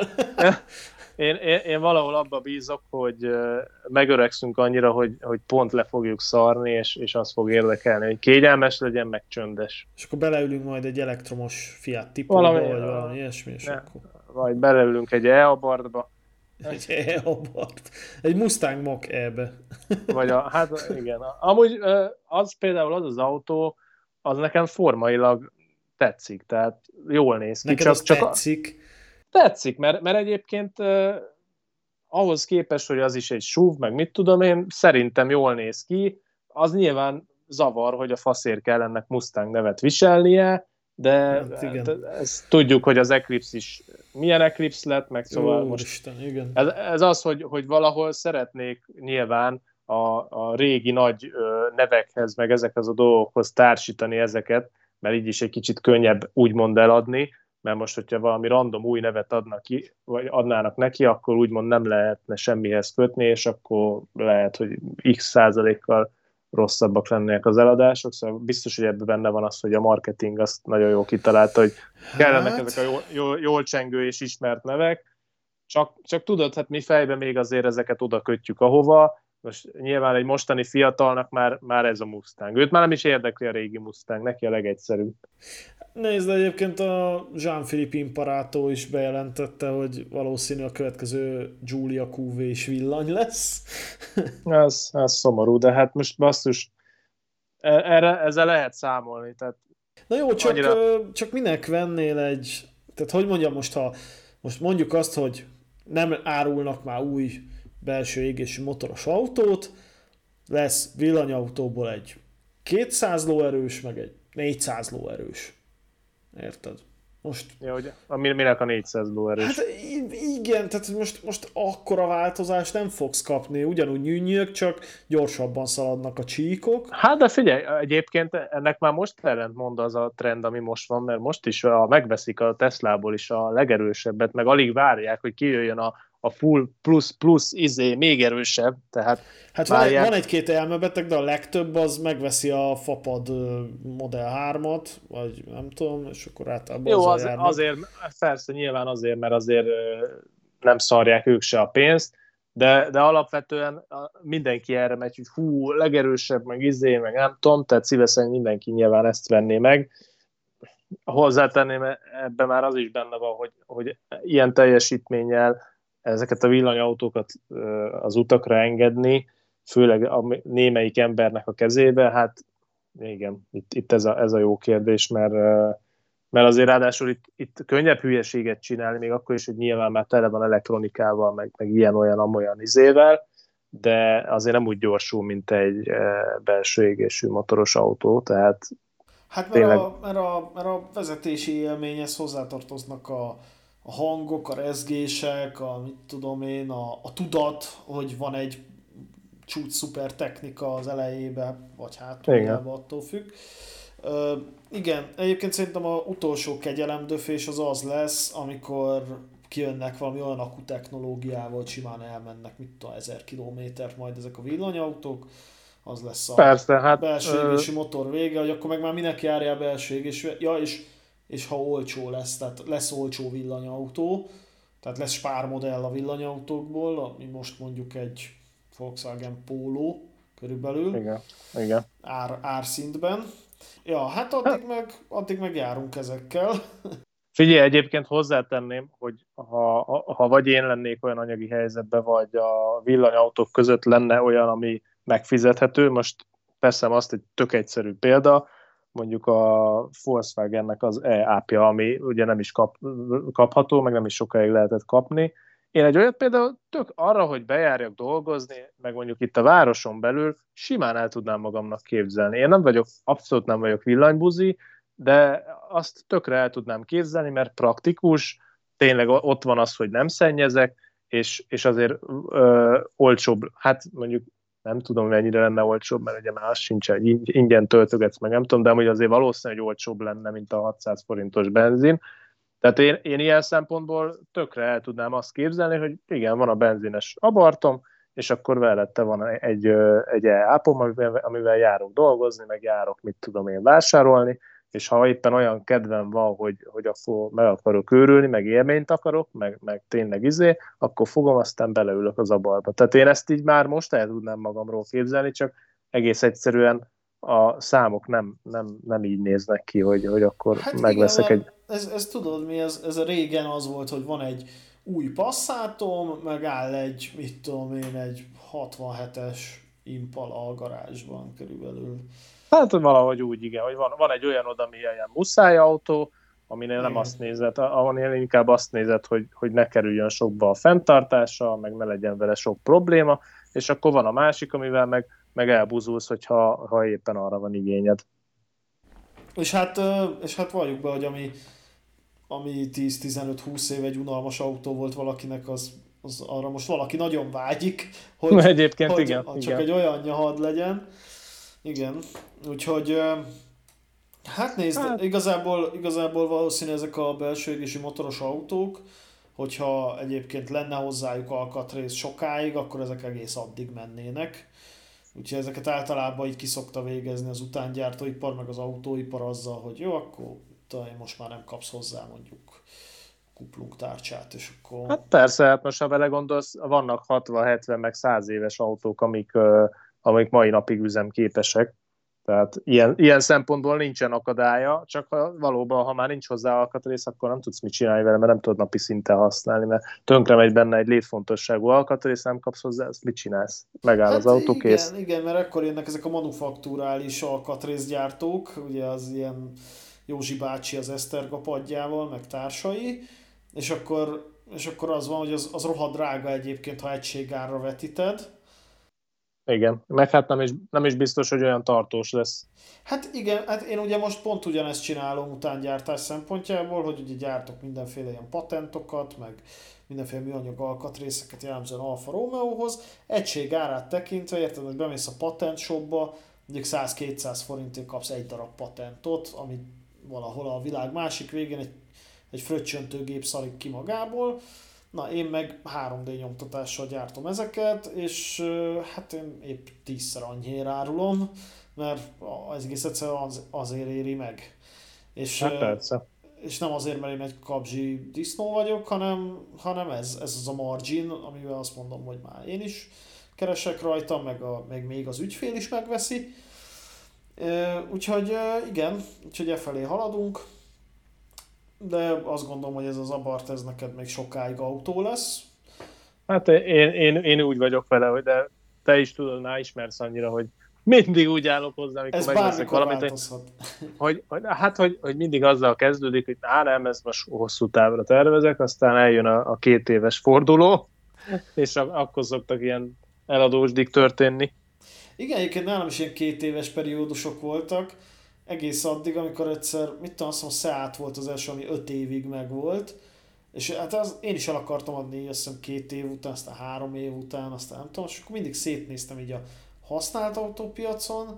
Én valahol abba bízok, hogy megöregszünk annyira, hogy pont le fogjuk szarni, és az fog érdekelni, hogy kényelmes legyen, meg csöndes. És akkor beleülünk majd egy elektromos Fiat Tipo-ba, vagy valami ilyesmi, és akkor... Vagy beleülünk egy Abarthba. Egy E-abart. Egy Mustang Mach-E-be. Vagy hát igen. Amúgy az például az autó, az nekem formailag tetszik, tehát jól néz ki. Neked az tetszik? Tetszik, mert egyébként ahhoz képest, hogy az is egy SUV, meg mit tudom én, szerintem jól néz ki. Az nyilván zavar, hogy a faszért kell ennek Mustang nevet viselnie, de hát ezt tudjuk, hogy az Eclipse is milyen Eclipse lett, meg szóval Úristen, igen. Ez az, hogy valahol szeretnék nyilván a régi nagy nevekhez, meg ezekhez a dolgokhoz társítani ezeket, mert így is egy kicsit könnyebb úgymond eladni, mert most, hogyha valami random új nevet adnak ki, vagy adnának neki, akkor úgymond nem lehetne semmihez kötni, és akkor lehet, hogy x százalékkal rosszabbak lennének az eladások, szóval biztos, hogy ebben benne van az, hogy a marketing azt nagyon jól kitalálta, hogy kellenek ezek a jól csengő és ismert nevek, csak tudod, hát mi fejben még azért ezeket oda kötjük ahova, most nyilván egy mostani fiatalnak már ez a Mustang. Őt már nem is érdekli a régi Mustang, neki a legegyszerűbb. Nézd, egyébként a Jean-Philippe Imparato is bejelentette, hogy valószínű a következő Giulia QV is villany lesz. Ez szomorú, de hát most basszus, ezzel lehet számolni. Tehát na jó, csak minek vennél egy... Tehát hogy mondjam, most mondjuk azt, hogy nem árulnak már új belső égésű motoros autót, lesz villanyautóból egy 200 lóerős, meg egy 400 lóerős. Érted? Most... Ja, hogy minek a 400 lóerős? Hát igen, tehát most akkora változást nem fogsz kapni, ugyanúgy nyűnyök, csak gyorsabban szaladnak a csíkok. Hát de figyelj, egyébként ennek már most ellentmond az a trend, ami most van, mert most is megveszik a Teslából is a legerősebbet, meg alig várják, hogy kijöjjön a full plus még erősebb, tehát hát van egy-két elmebeteg, de a legtöbb az megveszi a Fapad Model 3-at, vagy nem tudom, és akkor általában jó, azért, persze nyilván azért, mert azért nem szarják ők se a pénzt, de alapvetően mindenki erre megy, hogy hú, legerősebb, meg meg nem tudom, tehát szívesen mindenki nyilván ezt venné meg. Hozzátenném, ebben már az is benne van, hogy ilyen teljesítménnyel ezeket a villanyautókat az utakra engedni, főleg a némelyik embernek a kezébe, hát igen, itt ez a jó kérdés, mert azért ráadásul itt könnyebb hülyeséget csinálni, még akkor is, hogy nyilván már tele van elektronikával, meg ilyen-olyan izével, de azért nem úgy gyorsul, mint egy belső égésű motoros autó, tehát hát mert a vezetési élményhez hozzátartoznak a hangok, a rezgések, mit tudom én, a tudat, hogy van egy csúcs szuper technika az elejében, vagy hátuljában, attól függ. Igen, egyébként szerintem az utolsó kegyelemdöfés az lesz, amikor kijönnek valami olyan akutechnológiával, hogy simán elmennek, mit tudom, 1000 kilométert majd ezek a villanyautók, az lesz a belső égésű motor vége, hogy akkor meg már minek járja a belső égésű, és ha olcsó lesz, tehát lesz olcsó villanyautó, tehát lesz spármodell a villanyautókból, ami most mondjuk egy Volkswagen Polo körülbelül, igen. Árszintben. Ja, hát addig meg járunk ezekkel. Figyelj, egyébként hozzátenném, hogy ha vagy én lennék olyan anyagi helyzetben, vagy a villanyautók között lenne olyan, ami megfizethető, most teszem azt egy tök egyszerű példa, mondjuk a Volkswagennek az E-ápja, ami ugye nem is kapható, meg nem is sokáig lehetett kapni. Én egy olyat például tök arra, hogy bejárjak dolgozni, meg mondjuk itt a városon belül, simán el tudnám magamnak képzelni. Én abszolút nem vagyok villanybuzi, de azt tökre el tudnám képzelni, mert praktikus, tényleg ott van az, hogy nem szennyezek, és azért olcsóbb, hát mondjuk nem tudom, mennyire lenne olcsóbb, mert ugye már az sincs, hogy ingyen töltögetsz, meg nem tudom, de hogy azért valószínűleg olcsóbb lenne, mint a 600 forintos benzin. Tehát én ilyen szempontból tökre el tudnám azt képzelni, hogy igen, van a benzines abartom, és akkor mellette van egy e-ápom, amivel járok dolgozni, meg járok, mit tudom én, vásárolni, és ha éppen olyan kedvem van, hogy akkor meg akarok őrülni, meg élményt akarok, meg tényleg akkor fogom, aztán beleülök az abarba. Tehát én ezt így már most el tudnám magamról képzelni, csak egész egyszerűen a számok nem így néznek ki, hogy akkor hát megveszek igen, ez tudod mi, ez régen az volt, hogy van egy új Passatom, meg áll egy, mit tudom én, egy 67-es Impala a garázsban körülbelül. Hát valahogy úgy, igen, hogy van egy olyan oda, ami ilyen muszáj autó, aminél nem Igen. azt nézett, aminél inkább azt nézett, hogy ne kerüljön sokba a fenntartása, meg ne legyen vele sok probléma, és akkor van a másik, amivel meg elbuzulsz, ha éppen arra van igényed. És hát valljuk be, hogy ami 10-15-20 év egy unalmas autó volt valakinek, az arra most valaki nagyon vágyik, Egyébként hogy igen, csak igen. egy olyanja hadd legyen. Igen, úgyhogy hát nézd, igazából valószínűleg ezek a belső égésű motoros autók, hogyha egyébként lenne hozzájuk alkatrész sokáig, akkor ezek egész addig mennének. Úgyhogy ezeket általában így kiszokta végezni az utángyártóipar, meg az autóipar azzal, hogy jó, akkor most már nem kapsz hozzá mondjuk kuplungtárcsát, és akkor... Hát persze, hát most ha vele gondolsz, vannak 60-70 meg 100 éves autók, amik mai napig üzemképesek. Tehát ilyen szempontból nincsen akadálya, csak valóban, ha már nincs hozzá alkatrész, akkor nem tudsz mit csinálni vele, mert nem tudod napi szinten használni, mert tönkre megy benne egy létfontosságú alkatrész, nem kapsz hozzá, ezt mit csinálsz? Megáll az Hát autó, kész. igen, mert akkor jönnek ezek a manufaktúrális alkatrészgyártók, ugye az ilyen Józsi bácsi az Eszterga padjával, meg társai, és akkor az van, hogy az rohadt drága egyébként, ha egységárra vetíted. Igen, meg hát nem is biztos, hogy olyan tartós lesz. Hát igen, hát én ugye most pont ugyanezt csinálom utángyártás szempontjából, hogy ugye gyártok mindenféle ilyen patentokat, meg mindenféle műanyag alkatrészeket jellemzően Alfa Romeohoz. Egység árát tekintve, érted, hogy bemész a patent shopba, mondjuk 100-200 forintért kapsz egy darab patentot, amit valahol a világ másik végén egy fröccsöntőgép szarik ki magából. Na, én meg 3D nyomtatással gyártom ezeket, és hát én épp 10-szer annyiért árulom, mert az egész egyszerűen azért éri meg. És, Hát persze. és nem azért, mert én egy kapzsi disznó vagyok, hanem ez az a margin, amivel azt mondom, hogy már én is keresek rajta, meg még az ügyfél is megveszi. Úgyhogy igen, úgyhogy e felé haladunk, de azt gondolom, hogy ez az Abarth, ez neked még sokáig autó lesz. Hát én úgy vagyok vele, hogy de te is tudod, már ismersz annyira, hogy mindig úgy állok hozzá, amikor Ez megveszek bármikor valamit, változhat. hogy mindig azzal kezdődik, hogy nem, ez most hosszú távra tervezek, aztán eljön a 2 éves forduló, és akkor szoktak ilyen eladósdik történni. Igen, egyébként nálam is ilyen 2 éves periódusok voltak, egész addig, amikor egyszer, mit tudom, azt mondom, Seat volt az első, ami 5 évig megvolt, és hát én is el akartam adni, azt hiszem 2 év után, aztán 3 év után, aztán nem tudom, és akkor mindig szétnéztem így a használt autópiacon,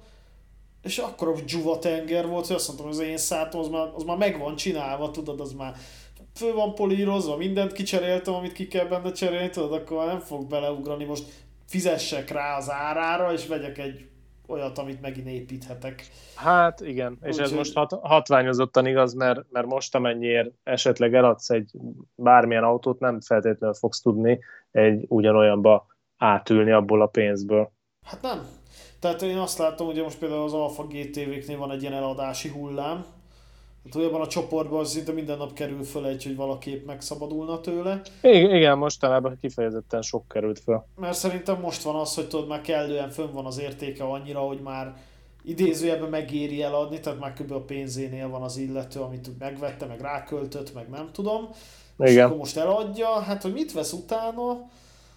és akkor a dzsuva tenger volt, hogy azt mondtam, hogy az én Seatom az már meg van csinálva, tudod, az már föl van polírozva, mindent kicseréltem, amit ki kell benne cserélni, tudod, akkor már nem fog beleugrani, most fizessek rá az árára, és vegyek egy olyat, amit megint építhetek. Hát igen, és ez Úgyhogy most hatványozottan igaz, mert most amennyiért esetleg eladsz egy bármilyen autót, nem feltétlenül fogsz tudni egy ugyanolyanba átülni abból a pénzből. hát nem. Tehát én azt látom, hogy most például az Alfa GTV-knél van egy ilyen eladási hullám. Hát olyanban a csoportban az szinte minden nap kerül föl hogy valaki épp megszabadulna tőle. Igen, mostanában kifejezetten sok került föl. Mert szerintem most van az, hogy tudod, már kellően fönn van az értéke annyira, hogy már idézőjelben megéri eladni, tehát már kb. A pénzénél van az illető, amit megvette, meg ráköltött, meg nem tudom. És akkor Igen. most eladja, hát hogy mit vesz utána,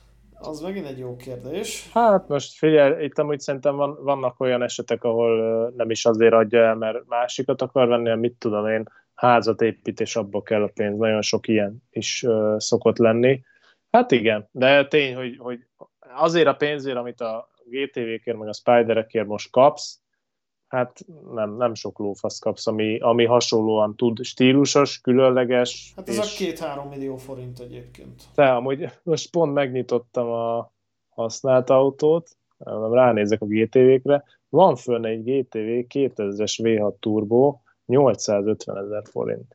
az megint egy jó kérdés. Hát most figyelj, itt amúgy szerintem vannak olyan esetek, ahol nem is azért adja el, mert másikat akar venni, mit tudom én, házat épít, és abba kell a pénz. Nagyon sok ilyen is szokott lenni. Hát igen, de tény, hogy azért a pénzért, amit a GTV-kért, meg a Spiderekért most kapsz, hát nem sok lófasz kapsz, ami hasonlóan tud stílusos, különleges. Hát ez a 2-3 millió forint egyébként. Te amúgy most pont megnyitottam a használt autót, ránézek a GTV-kre, van fönn egy GTV 2000-es V6 Turbo, 850 000 forint.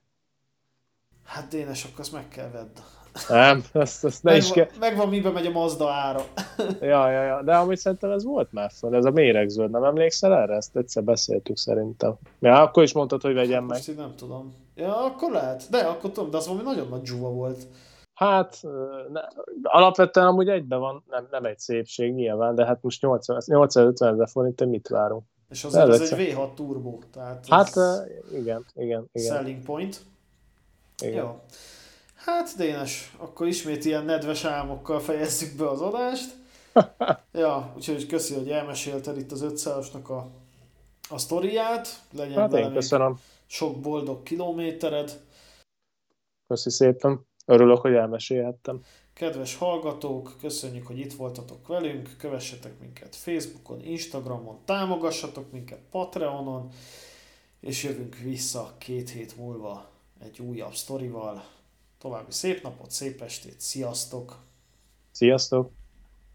Hát Dénes, akkor azt meg kell vedd. Nem, azt ne is kell. Megvan, miben megy a Mazda ára. Ja, de amúgy szerintem ez volt már fönn, ez a méregzöld, nem emlékszel erre? Ezt egyszer beszéltük szerintem. Ja, akkor is mondtad, hogy vegyem meg. Most így nem tudom. Ja, akkor lehet. De akkor tudom, de az valami nagyon nagy dzsuva volt. Hát alapvetően amúgy egyben van, nem egy szépség nyilván, de hát most 850 ezer forint, mit várunk? És azért ez egy V6 turbo, tehát hát ez igen. selling point. Igen. Jó. Hát Dénes, akkor ismét ilyen nedves álmokkal fejezzük be az adást. Ja, úgyhogy köszi, hogy elmesélted itt az 500-asnak a sztoriát. Legyen Hát vele én még köszönöm. sok boldog kilométered. Köszi szépen. Örülök, hogy elmesélhettem. Kedves hallgatók, köszönjük, hogy itt voltatok velünk. Kövessetek minket Facebookon, Instagramon, támogassatok minket Patreonon, és jövünk vissza 2 hét múlva egy újabb sztorival. További szép napot, szép estét, sziasztok! Sziasztok!